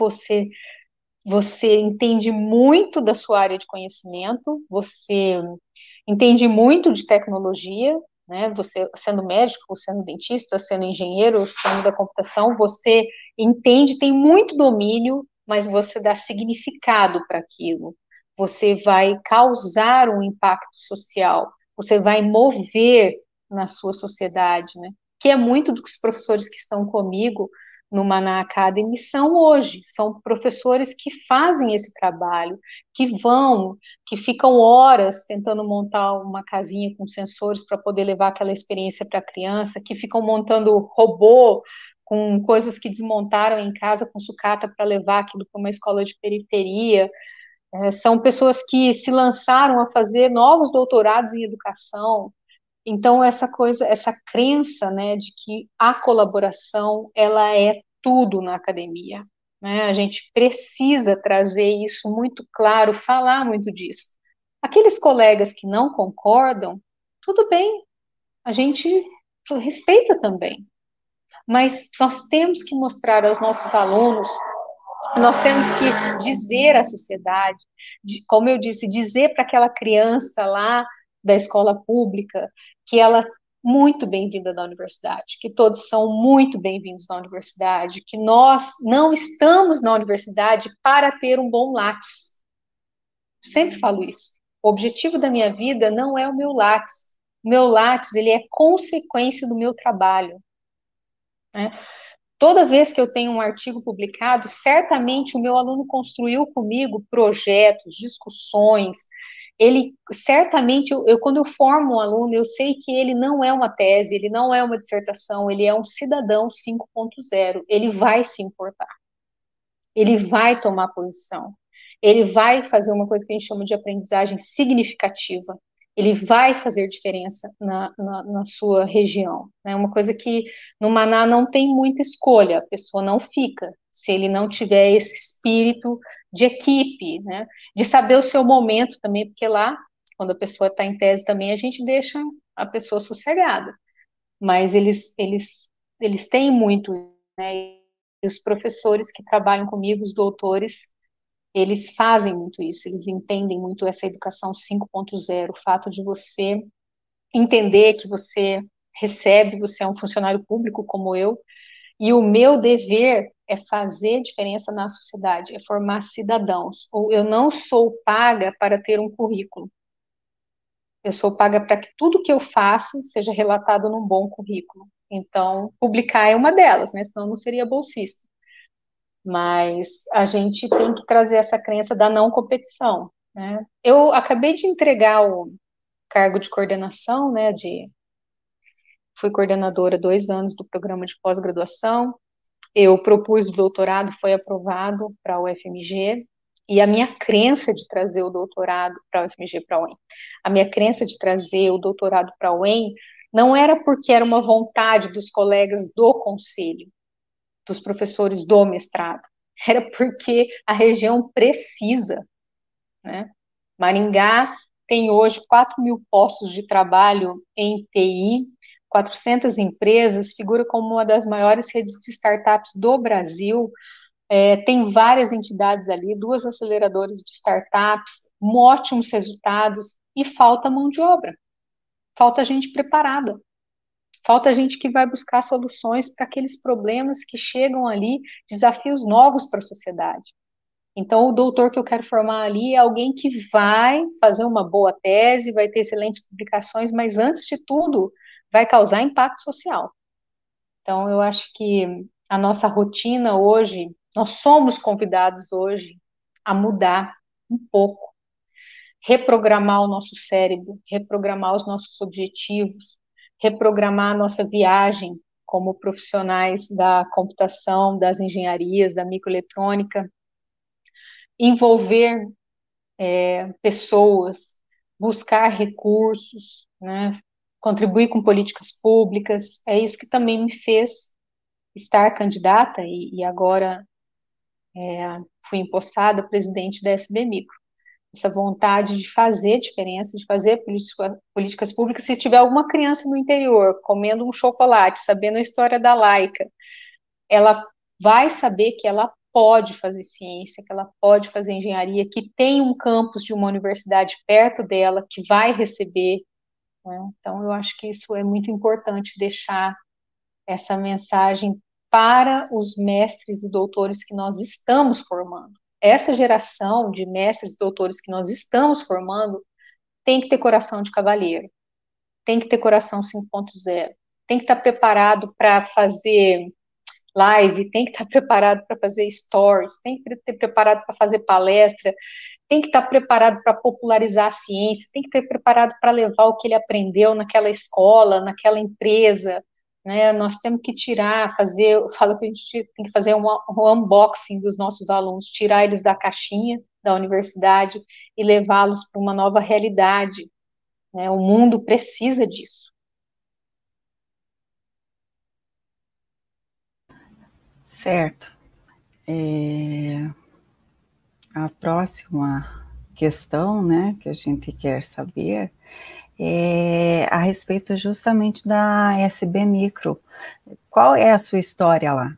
você entende muito da sua área de conhecimento, você entende muito de tecnologia, né? Você sendo médico, sendo dentista, sendo engenheiro, sendo da computação, você entende, tem muito domínio, mas você dá significado para aquilo. Você vai causar um impacto social, você vai mover na sua sociedade, né? Que é muito do que os professores que estão comigo no Maná Academy são hoje, são professores que fazem esse trabalho, que vão, que ficam horas tentando montar uma casinha com sensores para poder levar aquela experiência para a criança, que ficam montando robô com coisas que desmontaram em casa com sucata para levar aquilo para uma escola de periferia. São pessoas que se lançaram a fazer novos doutorados em educação. Então, essa coisa, essa crença, né, de que a colaboração, ela é tudo na academia, né? A gente precisa trazer isso muito claro, falar muito disso. Aqueles colegas que não concordam, tudo bem, a gente respeita também, mas nós temos que mostrar aos nossos alunos, nós temos que dizer à sociedade, como eu disse, dizer para aquela criança lá da escola pública que ela é muito bem-vinda da universidade, que todos são muito bem-vindos na universidade, que nós não estamos na universidade para ter um bom lápis. Sempre falo isso. O objetivo da minha vida não é o meu lápis. O meu lápis, ele é consequência do meu trabalho, né? Toda vez que eu tenho um artigo publicado, certamente o meu aluno construiu comigo projetos, discussões. Ele certamente, quando eu formo um aluno, eu sei que ele não é uma tese, ele não é uma dissertação, ele é um cidadão 5.0. Ele vai se importar, ele vai tomar posição, ele vai fazer uma coisa que a gente chama de aprendizagem significativa. Ele vai fazer diferença na sua região. É uma coisa que no Maná não tem muita escolha, a pessoa não fica, se ele não tiver esse espírito de equipe, né? De saber o seu momento também, porque lá, quando a pessoa está em tese também, a gente deixa a pessoa sossegada. Mas eles têm muito, né? E os professores que trabalham comigo, os doutores, eles fazem muito isso, eles entendem muito essa educação 5.0, o fato de você entender que você recebe, você é um funcionário público como eu, e o meu dever é fazer diferença na sociedade, é formar cidadãos. Ou eu não sou paga para ter um currículo. Eu sou paga para que tudo que eu faço seja relatado num bom currículo. Então, publicar é uma delas, né? Senão não seria bolsista. Mas a gente tem que trazer essa crença da não competição, né? Eu acabei de entregar o cargo de coordenação, né? Fui coordenadora 2 anos do programa de pós-graduação. Eu propus o doutorado, foi aprovado para a UFMG. E a minha crença de trazer o doutorado para a UFMG, para a UEM, a minha crença de trazer o doutorado para a UEM não era porque era uma vontade dos colegas do conselho, dos professores do mestrado, era porque a região precisa, né? Maringá tem hoje 4.000 postos de trabalho em TI, 400 empresas, figura como uma das maiores redes de startups do Brasil, tem várias entidades ali, 2 aceleradoras de startups, ótimos resultados, e falta mão de obra, falta gente preparada. falta gente que vai buscar soluções para aqueles problemas que chegam ali, desafios novos para a sociedade. Então, o doutor que eu quero formar ali é alguém que vai fazer uma boa tese, vai ter excelentes publicações, mas antes de tudo, vai causar impacto social. Então, eu acho que a nossa rotina hoje, nós somos convidados hoje a mudar um pouco, reprogramar o nosso cérebro, reprogramar os nossos objetivos, reprogramar a nossa viagem como profissionais da computação, das engenharias, da microeletrônica, envolver pessoas, buscar recursos, né, contribuir com políticas públicas. É isso que também me fez estar candidata e agora fui empossada presidente da SB Micro. Essa vontade de fazer diferença, de fazer políticas públicas. Se tiver alguma criança no interior comendo um chocolate, sabendo a história da Laica, ela vai saber que ela pode fazer ciência, que ela pode fazer engenharia, que tem um campus de uma universidade perto dela, que vai receber, né? Então, eu acho que isso é muito importante, deixar essa mensagem para os mestres e doutores que nós estamos formando. Essa geração de mestres e doutores que nós estamos formando tem que ter coração de cavalheiro, tem que ter coração 5.0, tem que estar preparado para fazer live, tem que estar preparado para fazer stories, tem que ter preparado para fazer palestra, tem que estar preparado para popularizar a ciência, tem que ter preparado para levar o que ele aprendeu naquela escola, naquela empresa, né? Nós temos que tirar, falo que a gente tem que fazer um unboxing dos nossos alunos, tirar eles da caixinha da universidade e levá-los para uma nova realidade, né? O mundo precisa disso. Certo. A próxima questão, né, que a gente quer saber é a respeito justamente da SB Micro. Qual é a sua história lá?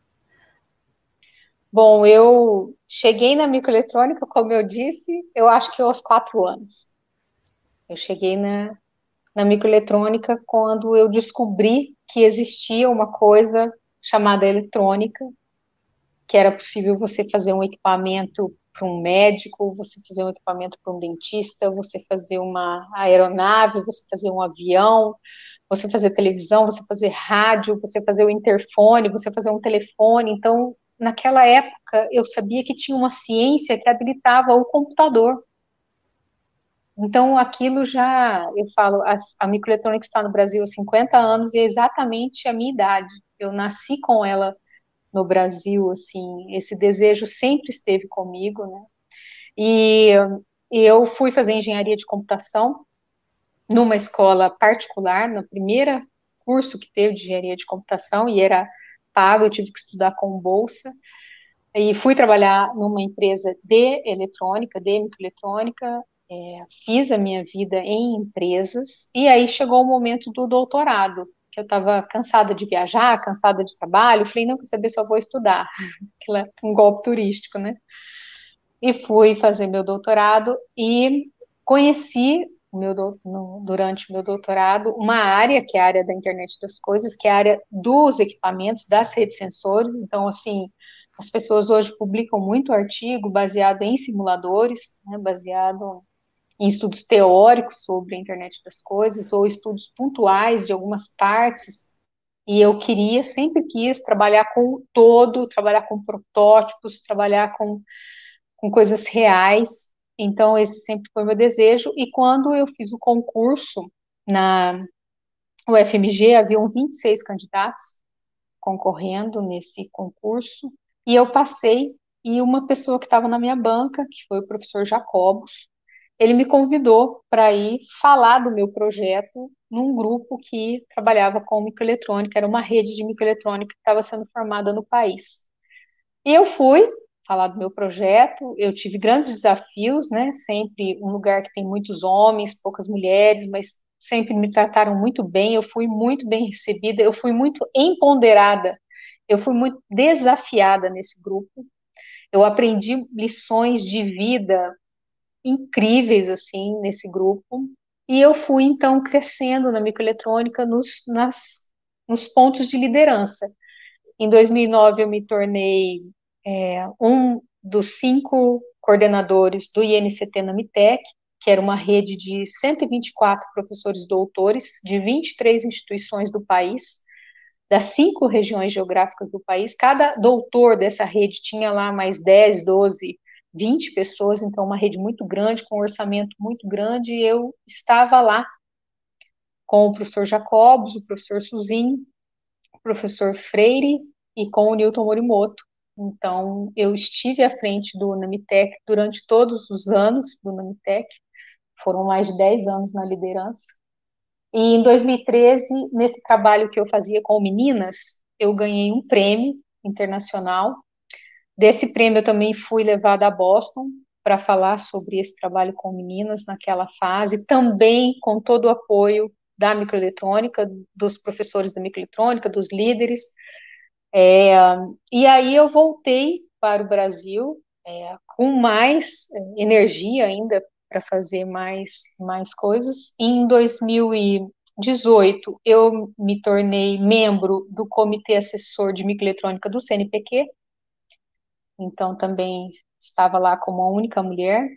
Bom, eu cheguei na microeletrônica, como eu disse, eu acho que aos 4 anos. Eu cheguei na microeletrônica quando eu descobri que existia uma coisa chamada eletrônica, que era possível você fazer um equipamento para um médico, você fazer um equipamento para um dentista, você fazer uma aeronave, você fazer um avião, você fazer televisão, você fazer rádio, você fazer o interfone, você fazer um telefone. Então, naquela época, eu sabia que tinha uma ciência que habilitava o computador. Então, aquilo já, eu falo, a microeletrônica está no Brasil há 50 anos e é exatamente a minha idade. Eu nasci com ela no Brasil, assim, esse desejo sempre esteve comigo, né? E, e eu fui fazer engenharia de computação numa escola particular, no primeiro curso que teve de engenharia de computação, e era pago, eu tive que estudar com bolsa, e fui trabalhar numa empresa de eletrônica, de microeletrônica, fiz a minha vida em empresas, e aí chegou o momento do doutorado, que eu estava cansada de viajar, cansada de trabalho, falei, não, quer saber, só vou estudar, aquilo é um golpe turístico, né? E fui fazer meu doutorado e conheci durante o meu doutorado uma área, que é a área da internet das coisas, que é a área dos equipamentos, das redes sensores. Então, assim, as pessoas hoje publicam muito artigo baseado em simuladores, né, baseado em estudos teóricos sobre a internet das coisas, ou estudos pontuais de algumas partes, e eu sempre quis trabalhar com o todo, trabalhar com protótipos, trabalhar com coisas reais, então esse sempre foi meu desejo, e quando eu fiz o concurso na UFMG, haviam 26 candidatos concorrendo nesse concurso, e eu passei, e uma pessoa que estava na minha banca, que foi o professor Jacobos, ele me convidou para ir falar do meu projeto num grupo que trabalhava com microeletrônica, era uma rede de microeletrônica que estava sendo formada no país. E eu fui falar do meu projeto, eu tive grandes desafios, né? Sempre um lugar que tem muitos homens, poucas mulheres, mas sempre me trataram muito bem, eu fui muito bem recebida, eu fui muito empoderada, eu fui muito desafiada nesse grupo. Eu aprendi lições de vida incríveis assim nesse grupo. E eu fui então crescendo na microeletrônica nos pontos de liderança. Em 2009, eu me tornei um dos 5 coordenadores do INCT na MITEC, que era uma rede de 124 professores doutores de 23 instituições do país, das 5 regiões geográficas do país. Cada doutor dessa rede tinha lá mais 10, 12, 20 pessoas, então uma rede muito grande, com um orçamento muito grande, e eu estava lá com o professor Jacobs, o professor Suzin, o professor Freire e com o Newton Morimoto. Então, eu estive à frente do NAMITEC durante todos os anos do NAMITEC, foram mais de 10 anos na liderança. E em 2013, nesse trabalho que eu fazia com meninas, eu ganhei um prêmio internacional. Desse prêmio, eu também fui levada a Boston para falar sobre esse trabalho com meninas naquela fase, também com todo o apoio da microeletrônica, dos professores da microeletrônica, dos líderes. E aí eu voltei para o Brasil com mais energia ainda para fazer mais coisas. Em 2018, eu me tornei membro do Comitê Assessor de Microeletrônica do CNPq, então também estava lá como a única mulher.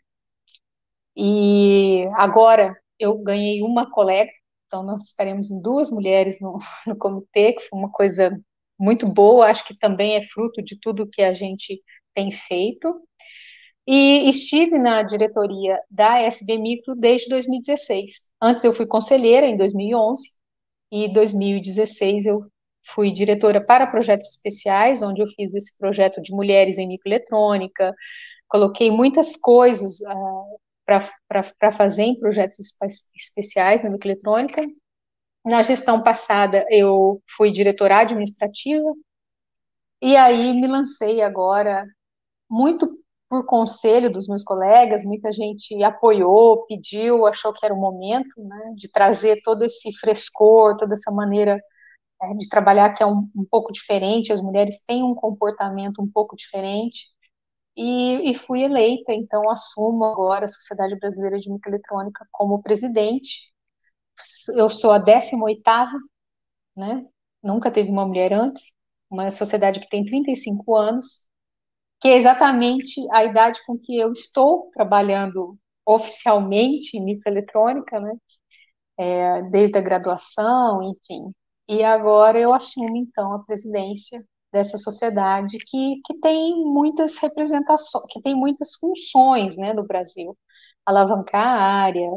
E agora eu ganhei uma colega, então nós estaremos em 2 mulheres no comitê, que foi uma coisa muito boa, acho que também é fruto de tudo que a gente tem feito. E estive na diretoria da SB Micro desde 2016. Antes eu fui conselheira em 2011, e em 2016 eu fui diretora para projetos especiais, onde eu fiz esse projeto de mulheres em microeletrônica, coloquei muitas coisas para fazer em projetos especiais na microeletrônica. Na gestão passada, eu fui diretora administrativa, e aí me lancei agora, muito por conselho dos meus colegas, muita gente apoiou, pediu, achou que era o momento, né, de trazer todo esse frescor, toda essa maneira de trabalhar que é um pouco diferente, as mulheres têm um comportamento um pouco diferente, e fui eleita, então assumo agora a Sociedade Brasileira de Microeletrônica como presidente. Eu sou a 18ª, né? Nunca teve uma mulher antes, uma sociedade que tem 35 anos, que é exatamente a idade com que eu estou trabalhando oficialmente em microeletrônica, né? Desde a graduação, enfim. E agora eu assumo, então, a presidência dessa sociedade que tem muitas representações, que tem muitas funções, né, no Brasil. Alavancar a área,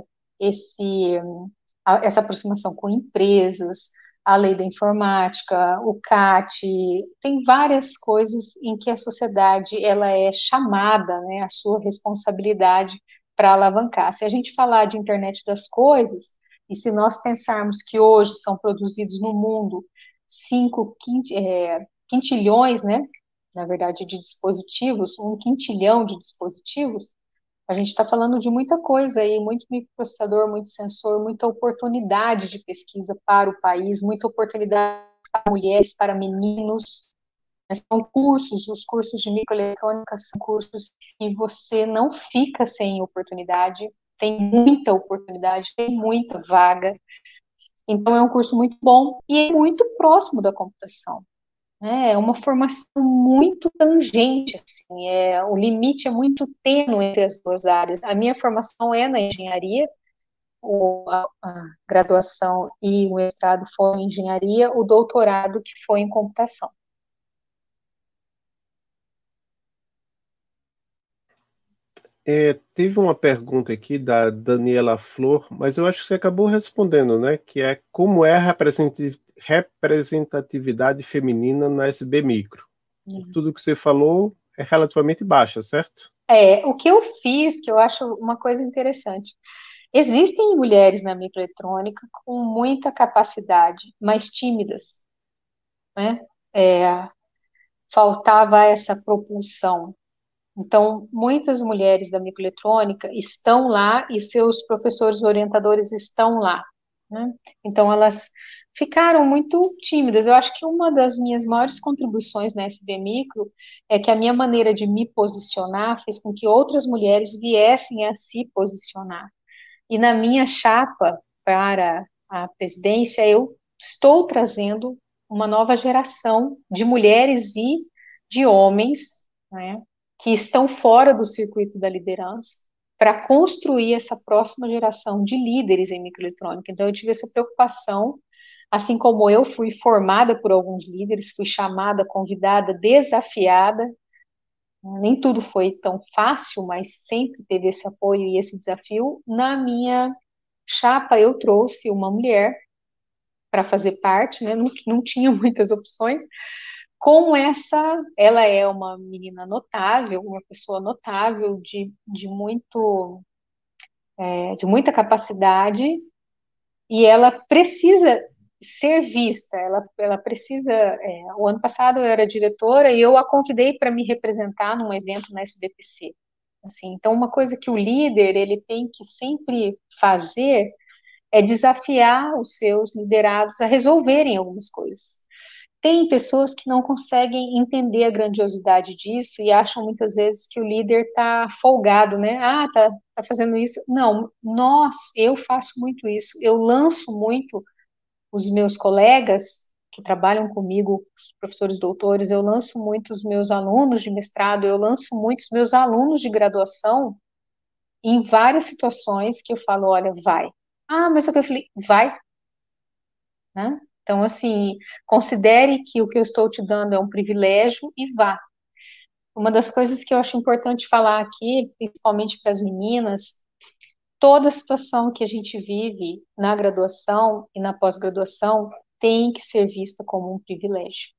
essa aproximação com empresas, a lei da informática, o CAT, tem várias coisas em que a sociedade ela é chamada, né, a sua responsabilidade para alavancar. Se a gente falar de internet das coisas, e se nós pensarmos que hoje são produzidos no mundo 5 quintilhões, né, na verdade, de dispositivos, 1 quintilhão de dispositivos, a gente está falando de muita coisa aí, muito microprocessador, muito sensor, muita oportunidade de pesquisa para o país, muita oportunidade para mulheres, para meninos. São cursos, os cursos de microeletrônica são cursos que você não fica sem oportunidade, tem muita oportunidade, tem muita vaga. Então é um curso muito bom e é muito próximo da computação. É uma formação muito tangente, assim, o limite é muito tênue entre as 2 áreas. A minha formação é na engenharia, a graduação e o mestrado foi em engenharia, o doutorado que foi em computação. Teve uma pergunta aqui da Daniela Flor, mas eu acho que você acabou respondendo, né? Que é como é a representatividade feminina na SB Micro. Tudo que você falou é relativamente baixa, certo? O que eu fiz, que eu acho uma coisa interessante, existem mulheres na microeletrônica com muita capacidade, mas tímidas, né? Faltava essa propulsão. Então, muitas mulheres da microeletrônica estão lá e seus professores orientadores estão lá, né? Então, elas ficaram muito tímidas. Eu acho que uma das minhas maiores contribuições na SB Micro é que a minha maneira de me posicionar fez com que outras mulheres viessem a se posicionar. E na minha chapa para a presidência, eu estou trazendo uma nova geração de mulheres e de homens, né, que estão fora do circuito da liderança, para construir essa próxima geração de líderes em microeletrônica. Então, eu tive essa preocupação, assim como eu fui formada por alguns líderes, fui chamada, convidada, desafiada. Nem tudo foi tão fácil, mas sempre teve esse apoio e esse desafio. Na minha chapa, eu trouxe uma mulher para fazer parte, né? Não tinha muitas opções. Ela é uma menina notável, uma pessoa notável de muita capacidade, e ela precisa ser vista, ela precisa. O ano passado eu era diretora e eu a convidei para me representar num evento na SBPC. Assim, então, uma coisa que o líder ele tem que sempre fazer é desafiar os seus liderados a resolverem algumas coisas. Tem pessoas que não conseguem entender a grandiosidade disso e acham muitas vezes que o líder está folgado, né? Ah, tá fazendo isso. Não, eu faço muito isso. Eu lanço muito os meus colegas que trabalham comigo, os professores doutores, eu lanço muito os meus alunos de mestrado, eu lanço muitos meus alunos de graduação em várias situações que eu falo, olha, vai. Ah, mas eu falei, vai, né? Então, assim, considere que o que eu estou te dando é um privilégio e vá. Uma das coisas que eu acho importante falar aqui, principalmente para as meninas, toda situação que a gente vive na graduação e na pós-graduação tem que ser vista como um privilégio.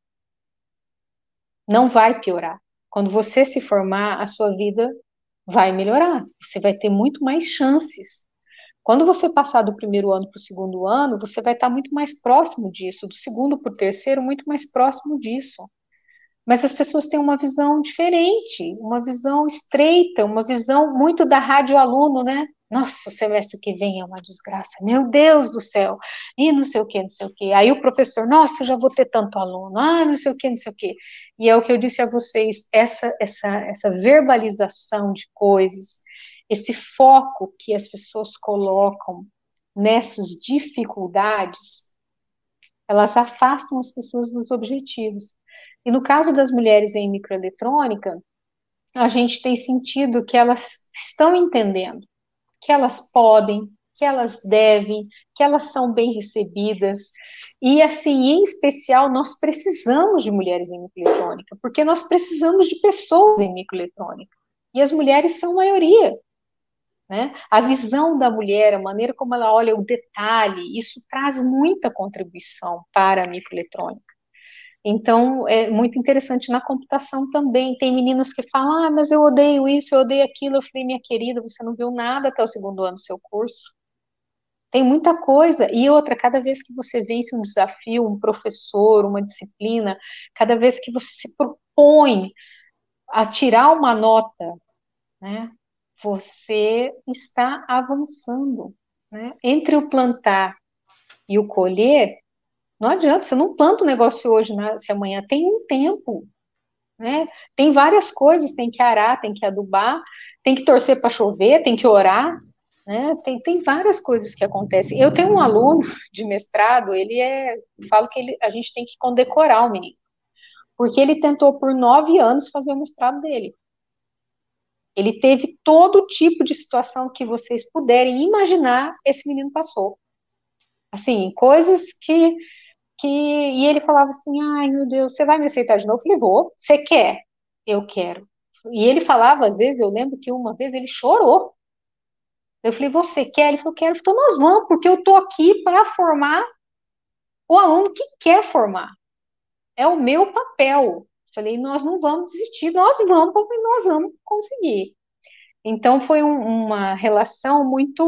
Não vai piorar. Quando você se formar, a sua vida vai melhorar. Você vai ter muito mais chances. Quando você passar do primeiro ano para o segundo ano, você vai estar muito mais próximo disso, do segundo para o terceiro, muito mais próximo disso. Mas as pessoas têm uma visão diferente, uma visão estreita, uma visão muito da rádio aluno, né? Nossa, o semestre que vem é uma desgraça, meu Deus do céu, e não sei o que, não sei o que. Aí o professor, nossa, eu já vou ter tanto aluno, não sei o que, não sei o que. E é o que eu disse a vocês, essa verbalização de coisas, esse foco que as pessoas colocam nessas dificuldades, elas afastam as pessoas dos objetivos. E no caso das mulheres em microeletrônica, a gente tem sentido que elas estão entendendo que elas podem, que elas devem, que elas são bem recebidas. E, assim, em especial, nós precisamos de mulheres em microeletrônica, porque nós precisamos de pessoas em microeletrônica. E as mulheres são a maioria. Né? A visão da mulher, a maneira como ela olha o detalhe, isso traz muita contribuição para a microeletrônica. Então, é muito interessante na computação também. Tem meninas que falam, ah, mas eu odeio isso, eu odeio aquilo. Eu falei, minha querida, você não viu nada até o segundo ano do seu curso. Tem muita coisa. E outra, cada vez que você vence um desafio, um professor, uma disciplina, cada vez que você se propõe a tirar uma nota, né, você está avançando. Né? Entre o plantar e o colher, não adianta, você não planta o negócio hoje, né, se amanhã tem um tempo. Né? Tem várias coisas, tem que arar, tem que adubar, tem que torcer para chover, tem que orar, né? Tem várias coisas que acontecem. Eu tenho um aluno de mestrado, falo que a gente tem que condecorar o menino, porque ele tentou por 9 anos fazer o mestrado dele. Ele teve todo tipo de situação que vocês puderem imaginar, esse menino passou. Assim, coisas e ele falava assim, ai meu Deus, você vai me aceitar de novo? Eu falei, vou, você quer? Eu quero. E ele falava, às vezes, eu lembro que uma vez ele chorou. Eu falei, você quer? Ele falou, quero. Então nós vamos, porque eu tô aqui para formar o aluno que quer formar. É o meu papel. Eu falei, nós não vamos desistir, nós vamos, porque nós vamos conseguir. Então foi uma relação muito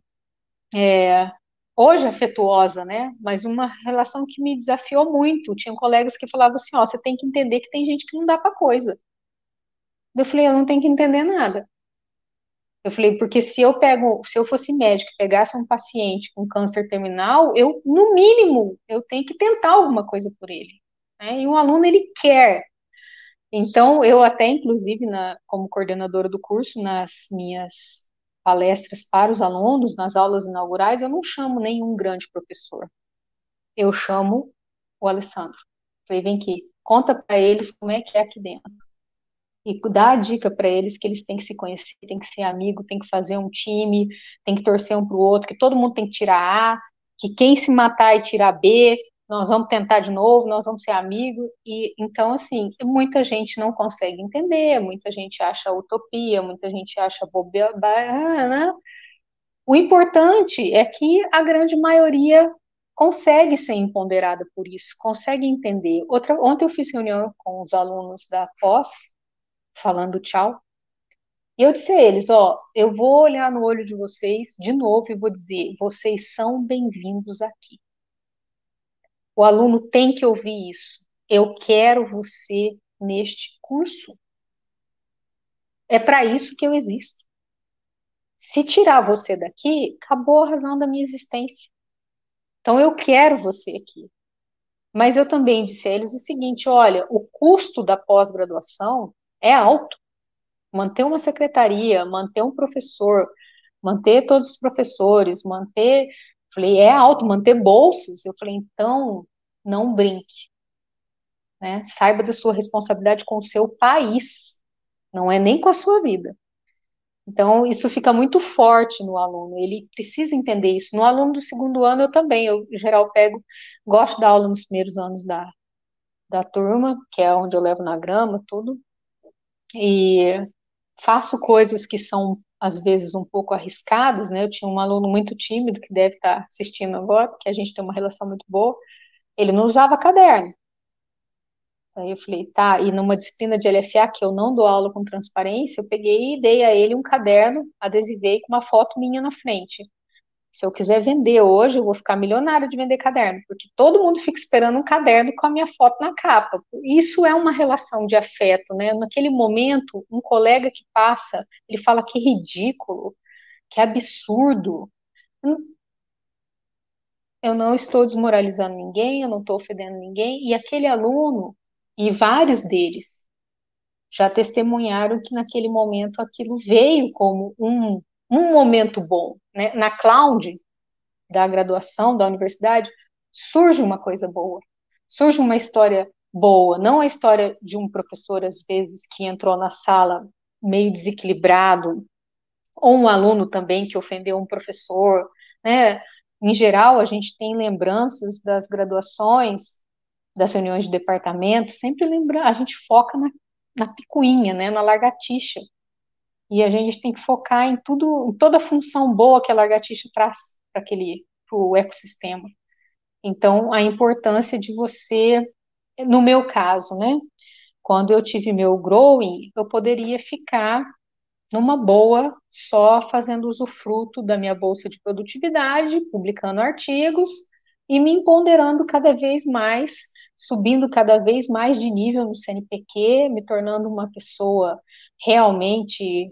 hoje afetuosa, né? Mas uma relação que me desafiou muito. Tinha colegas que falavam assim, ó, você tem que entender que tem gente que não dá para coisa. Eu falei, eu não tenho que entender nada. Eu falei, porque se eu fosse médico e pegasse um paciente com câncer terminal, no mínimo, eu tenho que tentar alguma coisa por ele. Né? E um aluno, ele quer. Então, eu até, inclusive, como coordenadora do curso, nas minhas palestras para os alunos, nas aulas inaugurais, eu não chamo nenhum grande professor. eu chamo o Alessandro. Falei, vem aqui, conta para eles como é que é aqui dentro. E dá a dica para eles que eles têm que se conhecer, têm que ser amigo, têm que fazer um time, tem que torcer um para o outro, que todo mundo tem que tirar A, que quem se matar e tirar B, nós vamos tentar de novo, nós vamos ser amigos. E então, assim, muita gente não consegue entender, muita gente acha utopia, muita gente acha bobeira, né? O importante é que a grande maioria consegue ser empoderada por isso, consegue entender. Ontem eu fiz reunião com os alunos da pós, falando tchau, e eu disse a eles, ó, eu vou olhar no olho de vocês de novo e vou dizer, vocês são bem-vindos aqui. O aluno tem que ouvir isso. Eu quero você neste curso. É para isso que eu existo. Se tirar você daqui, acabou a razão da minha existência. Então eu quero você aqui. Mas eu também disse a eles o seguinte, olha, o custo da pós-graduação é alto. Manter uma secretaria, manter um professor, manter todos os professores, manter, falei, é alto, manter bolsas. Eu falei, então, não brinque, né? Saiba da sua responsabilidade com o seu país, não é nem com a sua vida. Então, isso fica muito forte no aluno, ele precisa entender isso. No aluno do segundo ano, eu também, eu, em geral, gosto de dar aula nos primeiros anos da turma, que é onde eu levo na grama, tudo, e faço coisas que são, às vezes, um pouco arriscadas, né? Eu tinha um aluno muito tímido, que deve estar assistindo agora, porque a gente tem uma relação muito boa, ele não usava caderno. Aí eu falei, tá, e numa disciplina de LFA, que eu não dou aula com transparência, eu peguei e dei a ele um caderno, adesivei com uma foto minha na frente. Se eu quiser vender hoje, eu vou ficar milionária de vender caderno, porque todo mundo fica esperando um caderno com a minha foto na capa. Isso é uma relação de afeto, né? Naquele momento, um colega que passa, ele fala que ridículo, que absurdo. Eu não estou desmoralizando ninguém, eu não estou ofendendo ninguém, e aquele aluno, e vários deles, já testemunharam que naquele momento aquilo veio como um momento bom, né? Na cloud da graduação, da universidade, surge uma coisa boa, surge uma história boa, não a história de um professor, às vezes, que entrou na sala meio desequilibrado, ou um aluno também que ofendeu um professor, né? Em geral, a gente tem lembranças das graduações, das reuniões de departamento, sempre lembra, a gente foca na picuinha, né? Na lagartixa. E a gente tem que focar em tudo, em toda a função boa que a lagartixa traz para o ecossistema. Então, a importância de você, no meu caso, né? Quando eu tive meu growing, eu poderia ficar numa boa, só fazendo usufruto da minha bolsa de produtividade, publicando artigos e me empoderando cada vez mais, subindo cada vez mais de nível no CNPq, me tornando uma pessoa realmente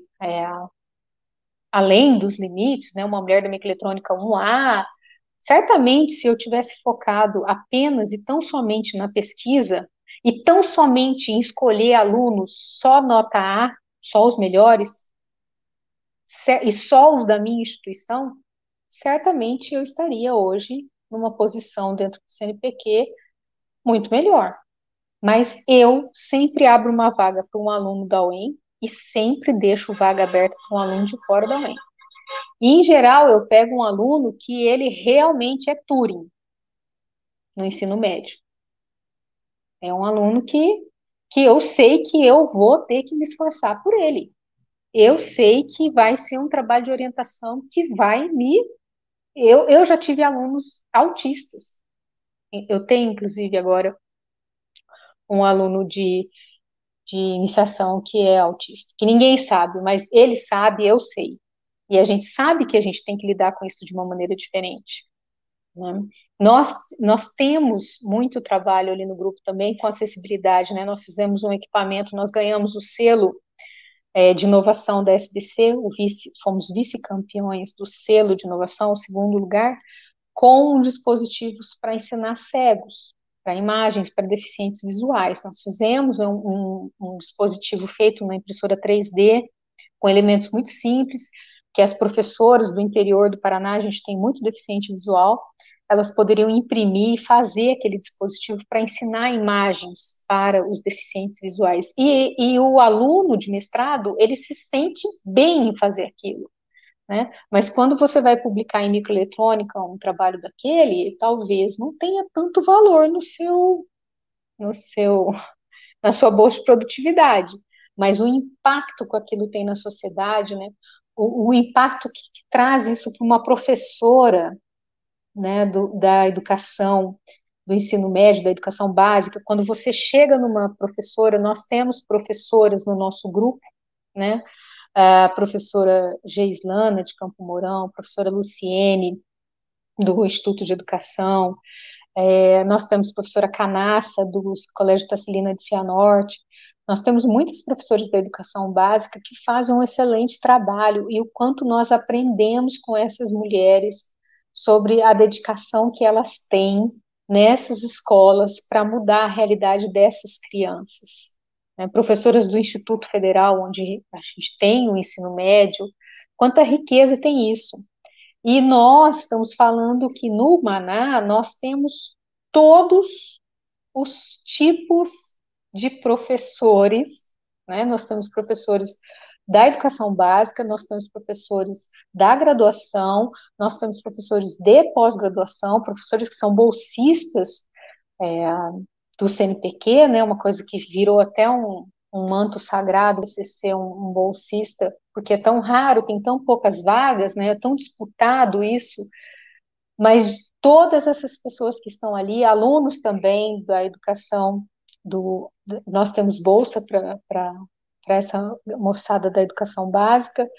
além dos limites, né, uma mulher da microeletrônica 1A. Certamente, se eu tivesse focado apenas e tão somente na pesquisa, e tão somente em escolher alunos só nota A, só os melhores, e só os da minha instituição, certamente eu estaria hoje numa posição dentro do CNPq muito melhor. Mas eu sempre abro uma vaga para um aluno da UEM e sempre deixo vaga aberta para um aluno de fora da UEM. E, em geral, eu pego um aluno que ele realmente é Turing no ensino médio. É um aluno que eu sei que eu vou ter que me esforçar por ele. Eu sei que vai ser um trabalho de orientação que vai me... Eu já tive alunos autistas. Eu tenho, inclusive, agora um aluno de iniciação que é autista, que ninguém sabe, mas ele sabe, eu sei. E a gente sabe que a gente tem que lidar com isso de uma maneira diferente, né? Nós temos muito trabalho ali no grupo também com acessibilidade, né? Nós fizemos um equipamento, nós ganhamos o selo de inovação da SBC, fomos vice-campeões do selo de inovação, o segundo lugar, com dispositivos para ensinar cegos, para imagens, para deficientes visuais. Nós fizemos um dispositivo feito na impressora 3D, com elementos muito simples, que as professoras do interior do Paraná, a gente tem muito deficiente visual, elas poderiam imprimir e fazer aquele dispositivo para ensinar imagens para os deficientes visuais. E o aluno de mestrado, ele se sente bem em fazer aquilo, né? Mas quando você vai publicar em microeletrônica um trabalho daquele, talvez não tenha tanto valor no seu, na sua bolsa de produtividade. Mas o impacto que aquilo tem na sociedade, né? O impacto que traz isso para uma professora, né, da educação, do ensino médio, da educação básica, quando você chega numa professora, nós temos professoras no nosso grupo, né, a professora Geislana, de Campo Mourão, a professora Luciene, do Instituto de Educação, nós temos a professora Canassa, do Colégio Tacilina de Cianorte, nós temos muitos professores da educação básica que fazem um excelente trabalho, e o quanto nós aprendemos com essas mulheres sobre a dedicação que elas têm nessas escolas para mudar a realidade dessas crianças. Professoras do Instituto Federal, onde a gente tem o ensino médio, quanta riqueza tem isso. E nós estamos falando que no Maná nós temos todos os tipos de professores, né? Nós temos professores da educação básica, nós temos professores da graduação, nós temos professores de pós-graduação, professores que são bolsistas do CNPq, né? Uma coisa que virou até um manto sagrado, você ser um bolsista, porque é tão raro, tem tão poucas vagas, né? É tão disputado isso, mas todas essas pessoas que estão ali, alunos também da educação, nós temos bolsa para essa moçada da educação básica,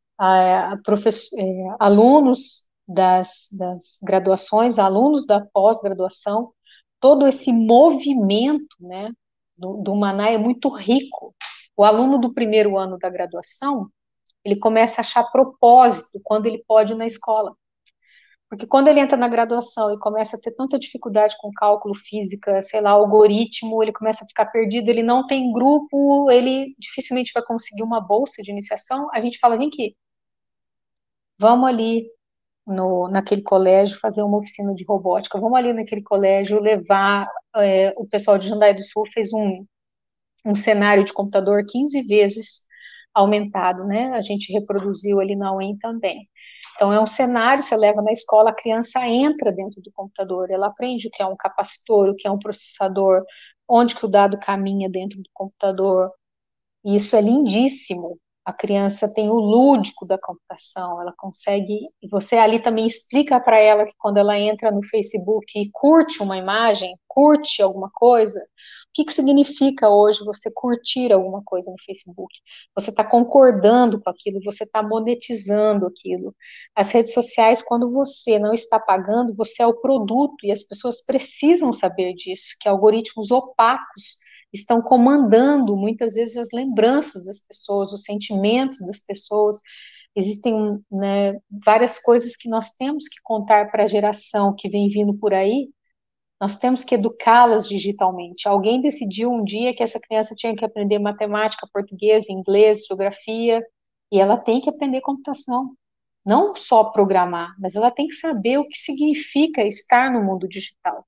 alunos das graduações, alunos da pós-graduação, todo esse movimento, né, do Maná é muito rico. O aluno do primeiro ano da graduação, ele começa a achar propósito quando ele pode ir na escola. Porque quando ele entra na graduação e começa a ter tanta dificuldade com cálculo, física, sei lá, algoritmo, ele começa a ficar perdido, ele não tem grupo, ele dificilmente vai conseguir uma bolsa de iniciação, a gente fala, vem aqui, vamos ali naquele colégio fazer uma oficina de robótica, vamos ali naquele colégio levar, o pessoal de Jundiaí do Sul fez um cenário de computador 15 vezes aumentado, né? A gente reproduziu ali na UEM também. Então, é um cenário, você leva na escola, a criança entra dentro do computador, ela aprende o que é um capacitor, o que é um processador, onde que o dado caminha dentro do computador, e isso é lindíssimo. A criança tem o lúdico da computação, ela consegue, e você ali também explica para ela que quando ela entra no Facebook e curte uma imagem, curte alguma coisa, o que significa hoje você curtir alguma coisa no Facebook? Você está concordando com aquilo, você está monetizando aquilo. As redes sociais, quando você não está pagando, você é o produto, e as pessoas precisam saber disso, que algoritmos opacos estão comandando muitas vezes as lembranças das pessoas, os sentimentos das pessoas. Existem, né, várias coisas que nós temos que contar para a geração que vem vindo por aí. Nós temos que educá-las digitalmente. Alguém decidiu um dia que essa criança tinha que aprender matemática, português, inglês, geografia, e ela tem que aprender computação. Não só programar, mas ela tem que saber o que significa estar no mundo digital.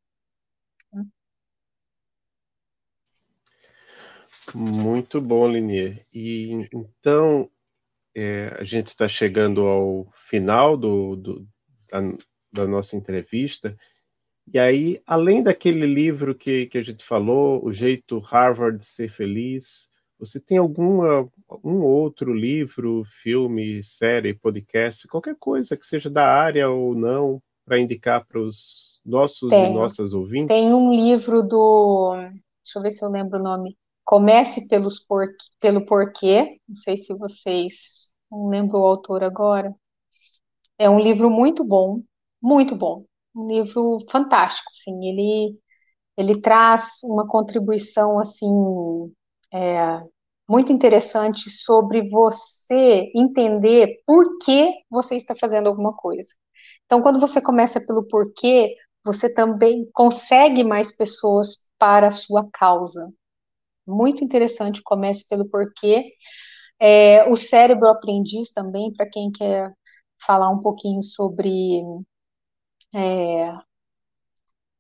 Muito bom, Linier. E então, a gente está chegando ao final da nossa entrevista. E aí, além daquele livro que a gente falou, O Jeito Harvard de Ser Feliz, você tem algum outro livro, filme, série, podcast, qualquer coisa que seja da área ou não, para indicar para os nossos e nossas ouvintes? Tem um livro deixa eu ver se eu lembro o nome, Comece pelo Porquê, não sei se vocês, não lembro o autor agora. É um livro muito bom, um livro fantástico, assim, ele traz uma contribuição, assim, muito interessante sobre você entender por que você está fazendo alguma coisa. Então, quando você começa pelo porquê, você também consegue mais pessoas para a sua causa. Muito interessante, comece pelo porquê. O Cérebro Aprendiz também, para quem quer falar um pouquinho sobre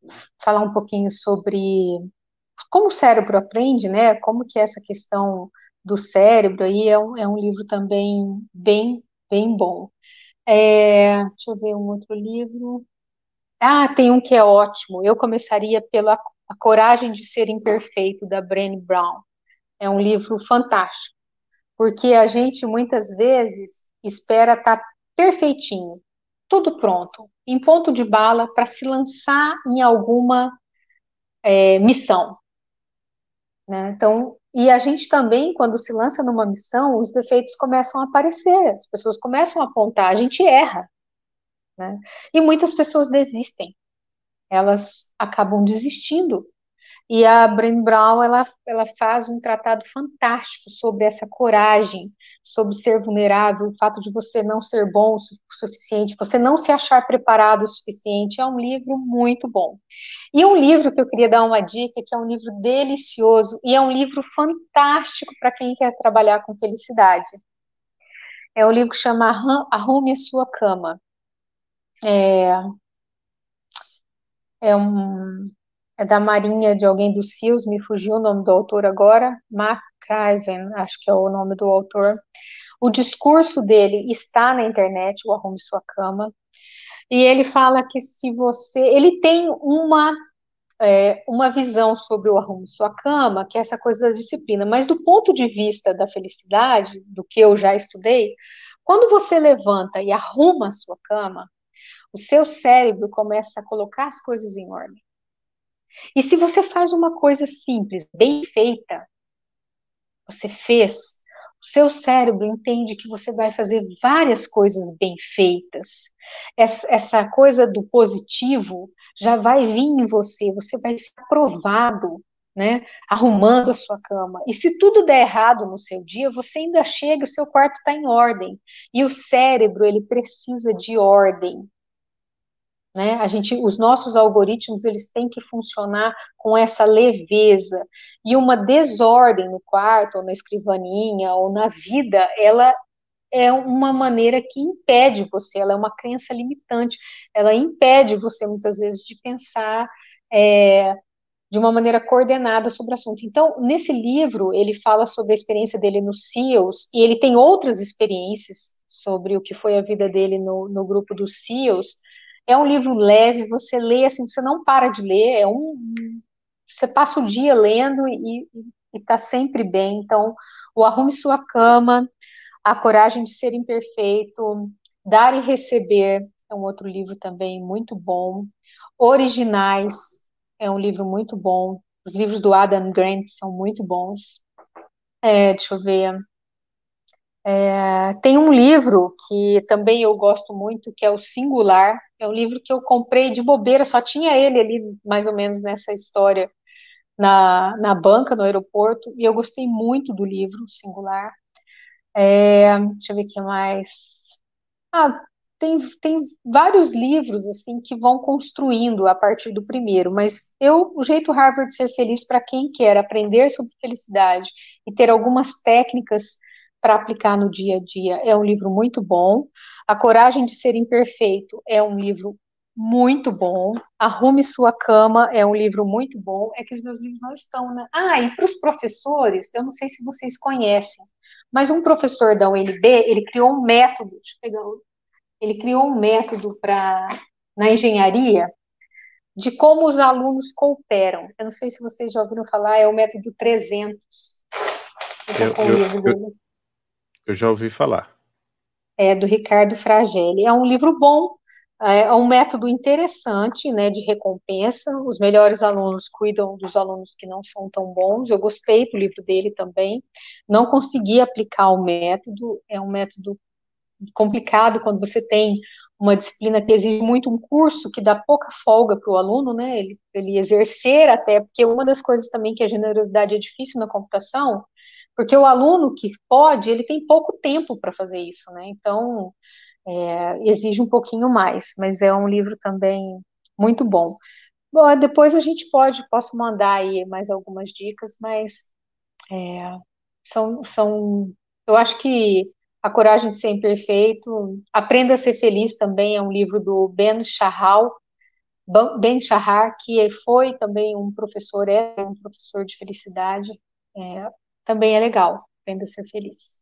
falar um pouquinho sobre como o cérebro aprende, né? Como que é essa questão do cérebro aí é um livro também bem bom. Deixa eu ver um outro livro. Ah, tem um que é ótimo. Eu começaria pela A Coragem de Ser Imperfeito, da Brené Brown. É um livro fantástico, porque a gente muitas vezes espera estar perfeitinho, tudo pronto, em ponto de bala para se lançar em alguma missão, né? Então, e a gente também, quando se lança numa missão, os defeitos começam a aparecer, as pessoas começam a apontar, a gente erra, né? E muitas pessoas desistem, elas acabam desistindo. E a Brené Brown, ela faz um tratado fantástico sobre essa coragem, sobre ser vulnerável, o fato de você não ser bom o suficiente, você não se achar preparado o suficiente. É um livro muito bom. E um livro que eu queria dar uma dica, que é um livro delicioso e é um livro fantástico para quem quer trabalhar com felicidade. É um livro que chama Arrume a Sua Cama. É, um, é da Marinha, de alguém do SEALs, me fugiu o nome do autor agora, Mark Craven, acho que é o nome do autor. O discurso dele está na internet, o Arrume Sua Cama, e ele fala que se você... Ele tem uma visão sobre o Arrume Sua Cama, que é essa coisa da disciplina, mas do ponto de vista da felicidade, do que eu já estudei, quando você levanta e arruma a sua cama, o seu cérebro começa a colocar as coisas em ordem. E se você faz uma coisa simples, bem feita, você fez, o seu cérebro entende que você vai fazer várias coisas bem feitas. Essa coisa do positivo já vai vir em você, você vai ser aprovado, né? Arrumando a sua cama. E se tudo der errado no seu dia, você ainda chega, o seu quarto está em ordem. E o cérebro, ele precisa de ordem. Né? Os nossos algoritmos, eles têm que funcionar com essa leveza, e uma desordem no quarto, ou na escrivaninha, ou na vida, ela é uma maneira que impede você, ela é uma crença limitante, ela impede você, muitas vezes, de pensar de uma maneira coordenada sobre o assunto. Então, nesse livro, ele fala sobre a experiência dele no SEALs, e ele tem outras experiências sobre o que foi a vida dele no grupo dos SEALs. É um livro leve, você lê assim, você não para de ler, você passa o dia lendo e está sempre bem. Então, o Arrume Sua Cama, A Coragem de Ser Imperfeito, Dar e Receber, é um outro livro também muito bom. Originais, é um livro muito bom. Os livros do Adam Grant são muito bons. Deixa eu ver. Tem um livro que também eu gosto muito, que é o Singular. É um livro que eu comprei de bobeira, só tinha ele ali, mais ou menos nessa história, na banca, no aeroporto, e eu gostei muito do livro Singular. Deixa eu ver o que mais. Ah, tem vários livros assim que vão construindo a partir do primeiro, mas o jeito Harvard de ser feliz para quem quer aprender sobre felicidade e ter algumas técnicas para aplicar no dia a dia é um livro muito bom. A Coragem de Ser Imperfeito é um livro muito bom. Arrume Sua Cama é um livro muito bom. É que os meus livros não estão, né? E para os professores, eu não sei se vocês conhecem, mas um professor da UNB, ele criou um método, deixa eu pegar ele criou um método na engenharia de como os alunos cooperam. Eu não sei se vocês já ouviram falar, é o método 300. Eu já ouvi falar. É do Ricardo Fragelli. É um livro bom, é um método interessante, né, de recompensa. Os melhores alunos cuidam dos alunos que não são tão bons. Eu gostei do livro dele também. Não consegui aplicar o método, é um método complicado quando você tem uma disciplina que exige muito um curso que dá pouca folga para o aluno, né? Ele exercer até, porque uma das coisas também que a generosidade é difícil na computação, porque o aluno que pode, ele tem pouco tempo para fazer isso, né? Então, exige um pouquinho mais, mas é um livro também muito bom. Bom, depois a gente posso mandar aí mais algumas dicas, mas eu acho que A Coragem de Ser Imperfeito, Aprenda a Ser Feliz também é um livro do Ben Shahar, Ben Shahar, que foi também um professor, é um professor de felicidade, também é legal, Aprenda a Ser Feliz.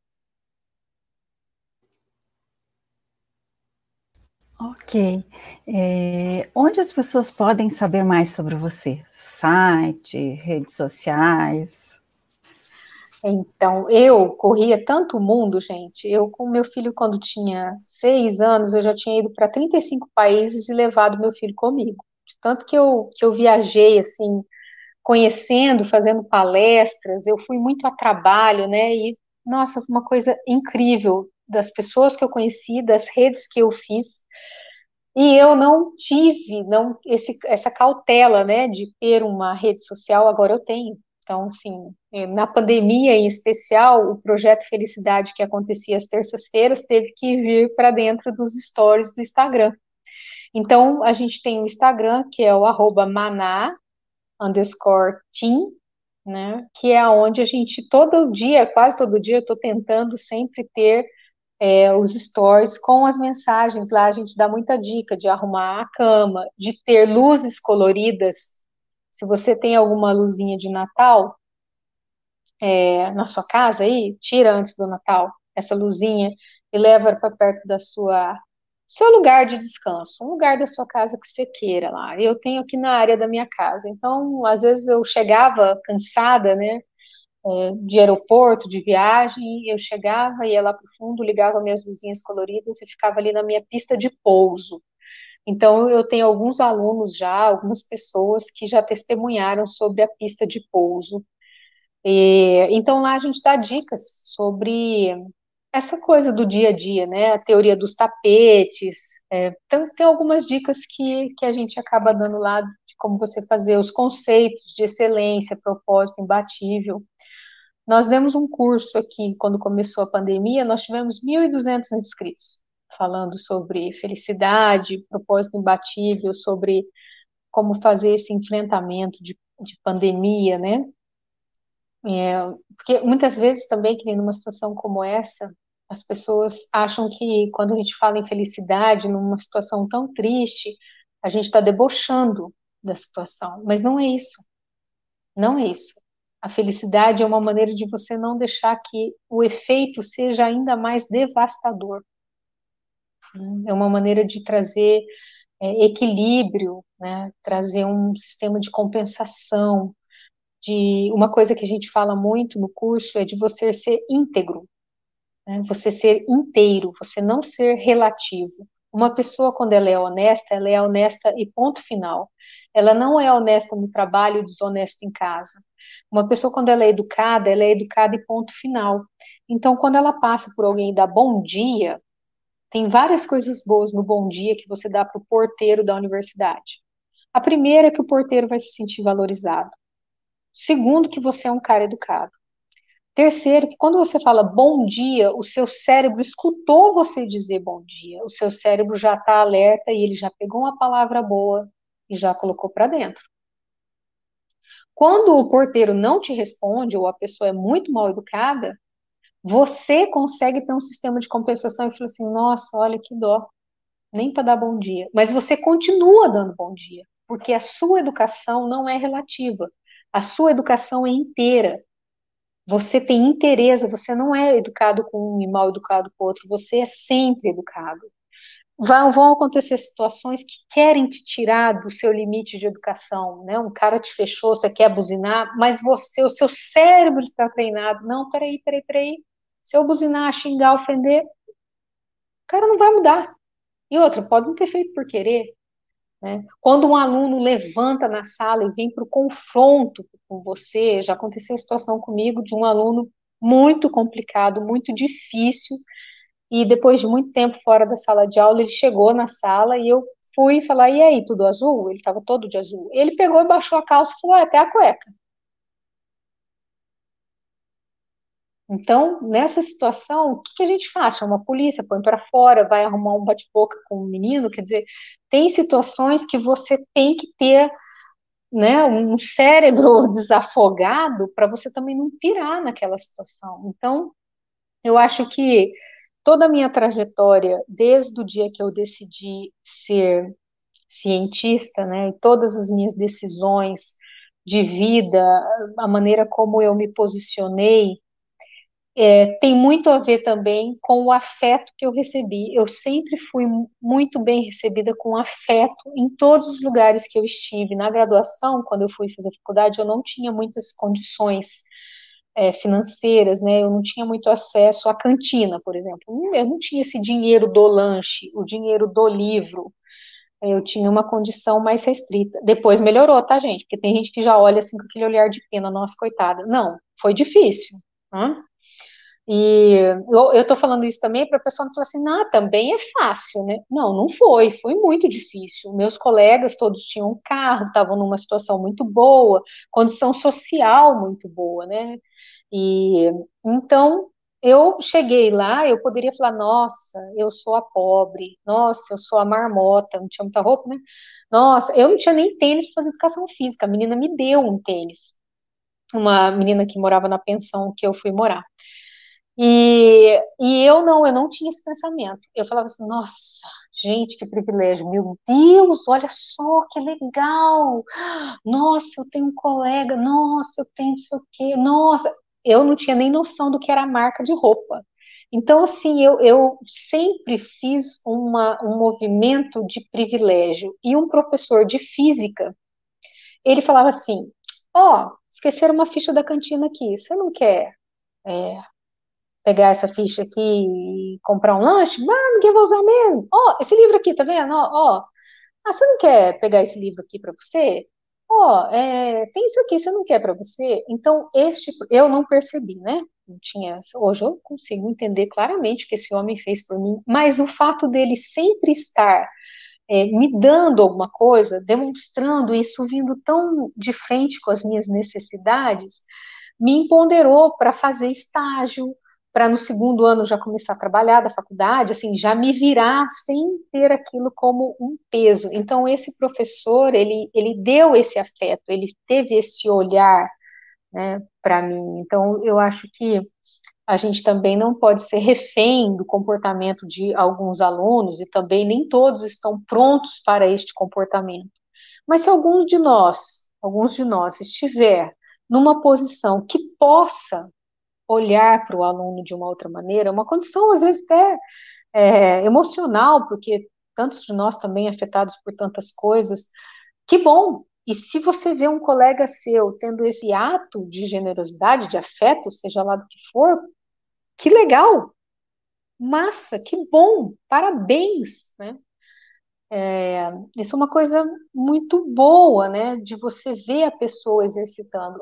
Ok. Onde as pessoas podem saber mais sobre você? Site, redes sociais? Então, eu corria tanto o mundo, gente. Eu, com meu filho, quando tinha 6 anos, eu já tinha ido para 35 países e levado meu filho comigo. De tanto que eu viajei, assim, conhecendo, fazendo palestras, eu fui muito a trabalho, né? E, nossa, foi uma coisa incrível das pessoas que eu conheci, das redes que eu fiz. E eu não tive essa cautela, né, de ter uma rede social, agora eu tenho. Então, assim, na pandemia em especial, o projeto Felicidade que acontecia às terças-feiras teve que vir para dentro dos stories do Instagram. Então, a gente tem o Instagram, que é o @maná_team, né, que é onde a gente todo dia, quase todo dia, eu estou tentando sempre ter os stories com as mensagens lá, a gente dá muita dica de arrumar a cama, de ter luzes coloridas. Se você tem alguma luzinha de Natal na sua casa aí, tira antes do Natal essa luzinha e leva para perto da seu lugar de descanso, um lugar da sua casa que você queira lá. Eu tenho aqui na área da minha casa. Então, às vezes eu chegava cansada, né? De aeroporto, de viagem, eu chegava, ia lá para o fundo, ligava minhas luzinhas coloridas e ficava ali na minha pista de pouso. Então, eu tenho alguns alunos já, algumas pessoas que já testemunharam sobre a pista de pouso. Então, lá a gente dá dicas sobre essa coisa do dia a dia, né? A teoria dos tapetes. Tem algumas dicas que a gente acaba dando lá de como você fazer os conceitos de excelência, propósito imbatível. Nós demos um curso aqui, quando começou a pandemia, nós tivemos 1.200 inscritos, falando sobre felicidade, propósito imbatível, sobre como fazer esse enfrentamento de pandemia, né? Porque muitas vezes também, que nem numa situação como essa, as pessoas acham que quando a gente fala em felicidade, numa situação tão triste, a gente está debochando da situação, mas não é isso. Não é isso. A felicidade é uma maneira de você não deixar que o efeito seja ainda mais devastador. É uma maneira de trazer equilíbrio, né? Trazer um sistema de compensação. De uma coisa que a gente fala muito no curso é de você ser íntegro, né? Você ser inteiro, você não ser relativo. Uma pessoa, quando ela é honesta e ponto final. Ela não é honesta no trabalho, desonesta em casa. Uma pessoa, quando ela é educada e ponto final. Então, quando ela passa por alguém e dá bom dia, tem várias coisas boas no bom dia que você dá para o porteiro da universidade. A primeira é que o porteiro vai se sentir valorizado. Segundo, que você é um cara educado. Terceiro, que quando você fala bom dia, o seu cérebro escutou você dizer bom dia. O seu cérebro já está alerta e ele já pegou uma palavra boa e já colocou para dentro. Quando o porteiro não te responde ou a pessoa é muito mal educada, você consegue ter um sistema de compensação e fala assim: nossa, olha que dó, nem para dar bom dia. Mas você continua dando bom dia, porque a sua educação não é relativa, a sua educação é inteira. Você tem interesse, você não é educado com um e mal educado com o outro, você é sempre educado. Vão acontecer situações que querem te tirar do seu limite de educação, né? Um cara te fechou, você quer buzinar, mas o seu cérebro está treinado. Não, peraí. Se eu buzinar, xingar, ofender, o cara não vai mudar. E outra, pode não ter feito por querer, né? Quando um aluno levanta na sala e vem para o confronto com você, já aconteceu a situação comigo de um aluno muito complicado, muito difícil, e depois de muito tempo fora da sala de aula, ele chegou na sala e eu fui falar: e aí, tudo azul? Ele estava todo de azul. Ele pegou e baixou a calça e falou: até a cueca. Então, nessa situação, o que que a gente faz? Chama a polícia, põe para fora, vai arrumar um bate-boca com o menino. Quer dizer, tem situações que você tem que ter, né, um cérebro desafogado para você também não pirar naquela situação. Então, eu acho que toda a minha trajetória, desde o dia que eu decidi ser cientista, né, e todas as minhas decisões de vida, a maneira como eu me posicionei, tem muito a ver também com o afeto que eu recebi. Eu sempre fui muito bem recebida com afeto em todos os lugares que eu estive. Na graduação, quando eu fui fazer faculdade, eu não tinha muitas condições financeiras, né? Eu não tinha muito acesso à cantina, por exemplo. Eu não tinha esse dinheiro do lanche, o dinheiro do livro. Eu tinha uma condição mais restrita. Depois melhorou, tá, gente? Porque tem gente que já olha assim com aquele olhar de pena, nossa, coitada. Não, foi difícil. Né? E eu estou falando isso também para a pessoa não falar assim, ah, também é fácil, né? Não, não foi muito difícil. Meus colegas todos tinham carro, estavam numa situação muito boa, condição social muito boa, né? E então eu cheguei lá, eu poderia falar, nossa, eu sou a pobre, nossa, eu sou a marmota, não tinha muita roupa, né? Nossa, eu não tinha nem tênis para fazer educação física, a menina me deu um tênis, uma menina que morava na pensão que eu fui morar. E eu não tinha esse pensamento. Eu falava assim, nossa, gente, que privilégio, meu Deus, olha só que legal, nossa, eu tenho um colega, nossa, eu tenho não sei o quê, nossa, eu não tinha nem noção do que era a marca de roupa. Então, assim, eu sempre fiz um movimento de privilégio. E um professor de física, ele falava assim, ó, esqueceram uma ficha da cantina aqui, você não quer pegar essa ficha aqui e comprar um lanche? Ah, ninguém vai usar mesmo. Ó, esse livro aqui, tá vendo? Ó, ah, você não quer pegar esse livro aqui para você? Ó, tem isso aqui, você não quer para você? Então, eu não percebi, né? Não tinha, hoje eu consigo entender claramente o que esse homem fez por mim, mas o fato dele sempre estar me dando alguma coisa, demonstrando isso, vindo tão de frente com as minhas necessidades, me empoderou para fazer estágio, para no segundo ano já começar a trabalhar da faculdade, assim, já me virar sem ter aquilo como um peso. Então, esse professor, ele deu esse afeto, ele teve esse olhar, né, para mim. Então, eu acho que a gente também não pode ser refém do comportamento de alguns alunos, e também nem todos estão prontos para este comportamento. Mas se alguns de nós estiver numa posição que possa olhar para o aluno de uma outra maneira, uma condição às vezes até emocional, porque tantos de nós também afetados por tantas coisas, que bom! E se você vê um colega seu tendo esse ato de generosidade, de afeto, seja lá do que for, que legal! Massa, que bom! Parabéns, né? Isso é uma coisa muito boa, né? De você ver a pessoa exercitando.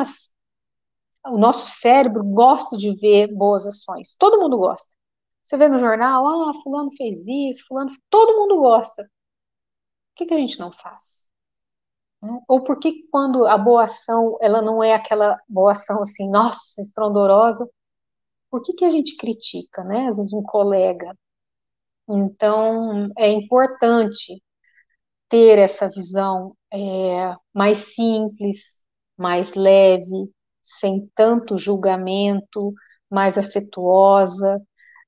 O nosso cérebro gosta de ver boas ações. Todo mundo gosta. Você vê no jornal, ah, fulano fez isso, todo mundo gosta. Por que a gente não faz? Né? Ou por que quando a boa ação, ela não é aquela boa ação assim, nossa, estrondorosa, por que a gente critica, né? Às vezes um colega. Então, é importante ter essa visão mais simples, mais leve, sem tanto julgamento, mais afetuosa.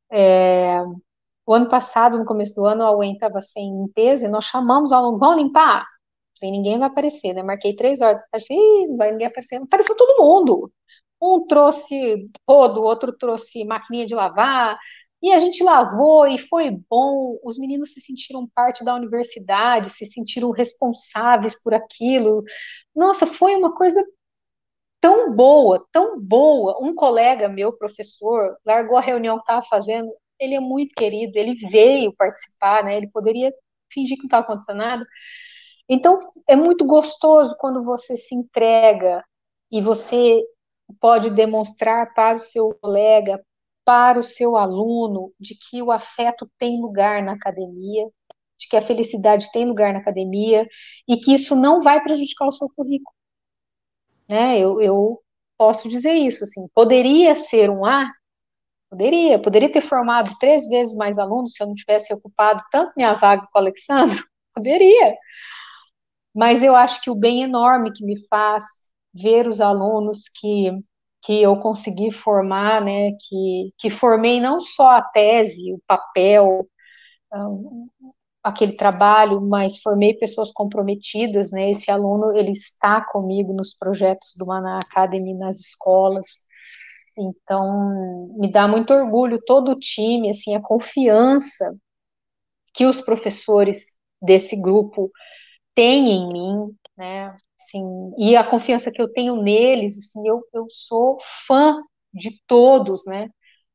O ano passado, no começo do ano, a UEM estava sem limpeza e nós chamamos o aluno, vão limpar? Falei, ninguém vai aparecer, né? Marquei 3 horas. Falei, não vai ninguém aparecer. Apareceu todo mundo. Um trouxe rodo, o outro trouxe maquininha de lavar, e a gente lavou e foi bom. Os meninos se sentiram parte da universidade, se sentiram responsáveis por aquilo. Nossa, foi uma coisa tão boa, tão boa. Um colega meu, professor, largou a reunião que estava fazendo. Ele é muito querido, ele veio participar, né? Ele poderia fingir que não estava acontecendo nada. Então, é muito gostoso quando você se entrega e você pode demonstrar para o seu colega, para o seu aluno, de que o afeto tem lugar na academia, de que a felicidade tem lugar na academia e que isso não vai prejudicar o seu currículo, né? Eu posso dizer isso, assim, poderia ser um A, poderia ter formado 3 vezes mais alunos se eu não tivesse ocupado tanto minha vaga com o Alexandre, poderia, mas eu acho que o bem enorme que me faz ver os alunos que eu consegui formar, né, que formei não só a tese, o papel, aquele trabalho, mas formei pessoas comprometidas, né? Esse aluno, ele está comigo nos projetos do Mana Academy nas escolas. Então, me dá muito orgulho todo o time, assim, a confiança que os professores desse grupo têm em mim, né? Assim, e a confiança que eu tenho neles, assim, eu sou fã de todos, né?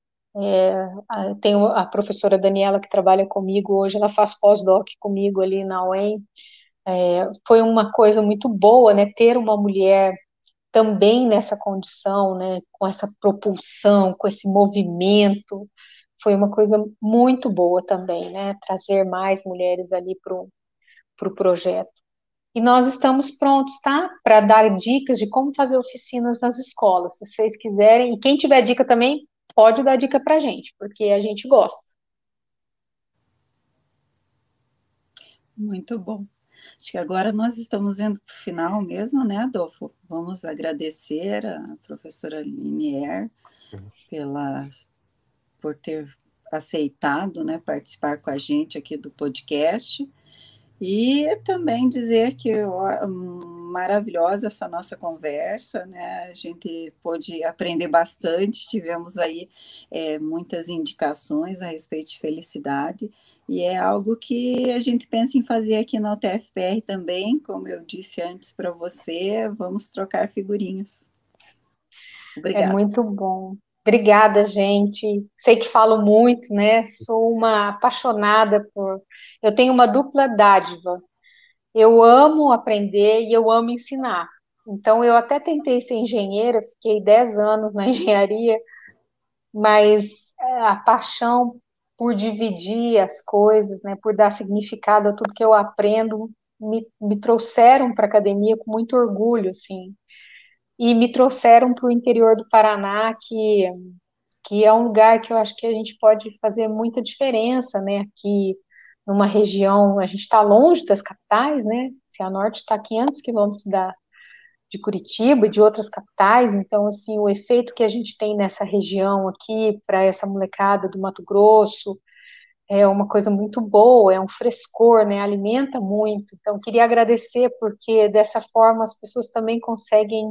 Tenho a professora Daniela que trabalha comigo hoje, ela faz pós-doc comigo ali na UEM. Foi uma coisa muito boa, né? Ter uma mulher também nessa condição, né? Com essa propulsão, com esse movimento, foi uma coisa muito boa também, né? Trazer mais mulheres ali para o projeto. E nós estamos prontos, tá? Para dar dicas de como fazer oficinas nas escolas, se vocês quiserem. E quem tiver dica também, pode dar dica para a gente, porque a gente gosta. Muito bom. Acho que agora nós estamos indo para o final mesmo, né, Adolfo? Vamos agradecer a professora Linier por ter aceitado, né, participar com a gente aqui do podcast. E também dizer que maravilhosa essa nossa conversa, né? A gente pôde aprender bastante, tivemos aí muitas indicações a respeito de felicidade, e é algo que a gente pensa em fazer aqui na UTFPR também, como eu disse antes para você, vamos trocar figurinhas. Obrigada. É muito bom. Obrigada, gente. Sei que falo muito, né? Sou uma apaixonada por... Eu tenho uma dupla dádiva. Eu amo aprender e eu amo ensinar. Então, eu até tentei ser engenheira, fiquei 10 anos na engenharia, mas a paixão por dividir as coisas, né, por dar significado a tudo que eu aprendo, me trouxeram para a academia com muito orgulho, assim. E me trouxeram para o interior do Paraná, que é um lugar que eu acho que a gente pode fazer muita diferença, né? Aqui numa região, a gente está longe das capitais, né? Cianorte está a 500 quilômetros de Curitiba e de outras capitais, então, assim, o efeito que a gente tem nessa região aqui, para essa molecada do Mato Grosso, é uma coisa muito boa, é um frescor, né? Alimenta muito. Então, queria agradecer, porque dessa forma as pessoas também conseguem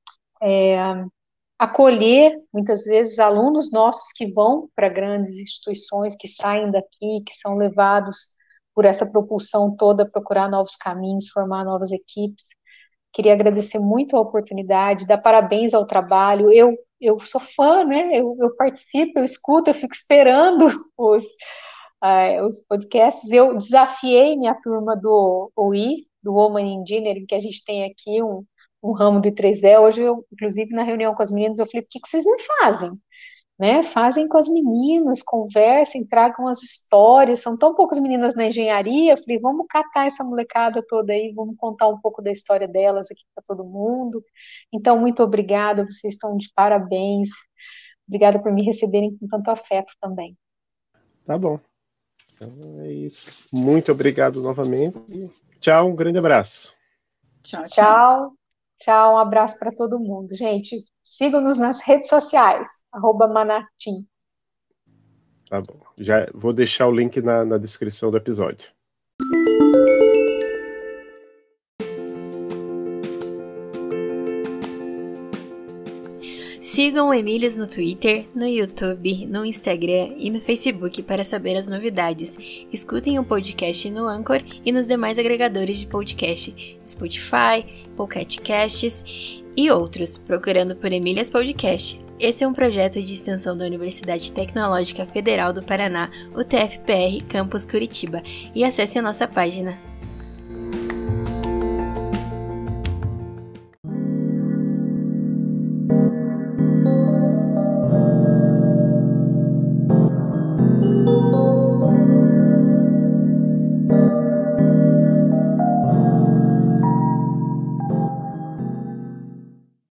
acolher, muitas vezes, alunos nossos que vão para grandes instituições, que saem daqui, que são levados por essa propulsão toda, procurar novos caminhos, formar novas equipes. Queria agradecer muito a oportunidade, dar parabéns ao trabalho. Eu sou fã, né? Eu participo, eu escuto, eu fico esperando os podcasts. Eu desafiei minha turma do OI, do Women Engineering, que a gente tem aqui um ramo do I3E. Hoje, inclusive, na reunião com as meninas, eu falei, por que vocês não fazem? Né? Fazem com as meninas, conversem, tragam as histórias. São tão poucas meninas na engenharia. Eu falei, vamos catar essa molecada toda aí, vamos contar um pouco da história delas aqui para todo mundo. Então, muito obrigada, vocês estão de parabéns. Obrigada por me receberem com tanto afeto também. Tá bom. Então é isso. Muito obrigado novamente. Tchau, um grande abraço. Tchau. Tchau, um abraço para todo mundo. Gente, sigam-nos nas redes sociais, @manatim. Tá bom. Já vou deixar o link na descrição do episódio. Sigam o Emílias no Twitter, no YouTube, no Instagram e no Facebook para saber as novidades. Escutem o podcast no Anchor e nos demais agregadores de podcast, Spotify, Pocket Casts e outros, procurando por Emílias Podcast. Esse é um projeto de extensão da Universidade Tecnológica Federal do Paraná, UTFPR, Campus Curitiba, e acesse a nossa página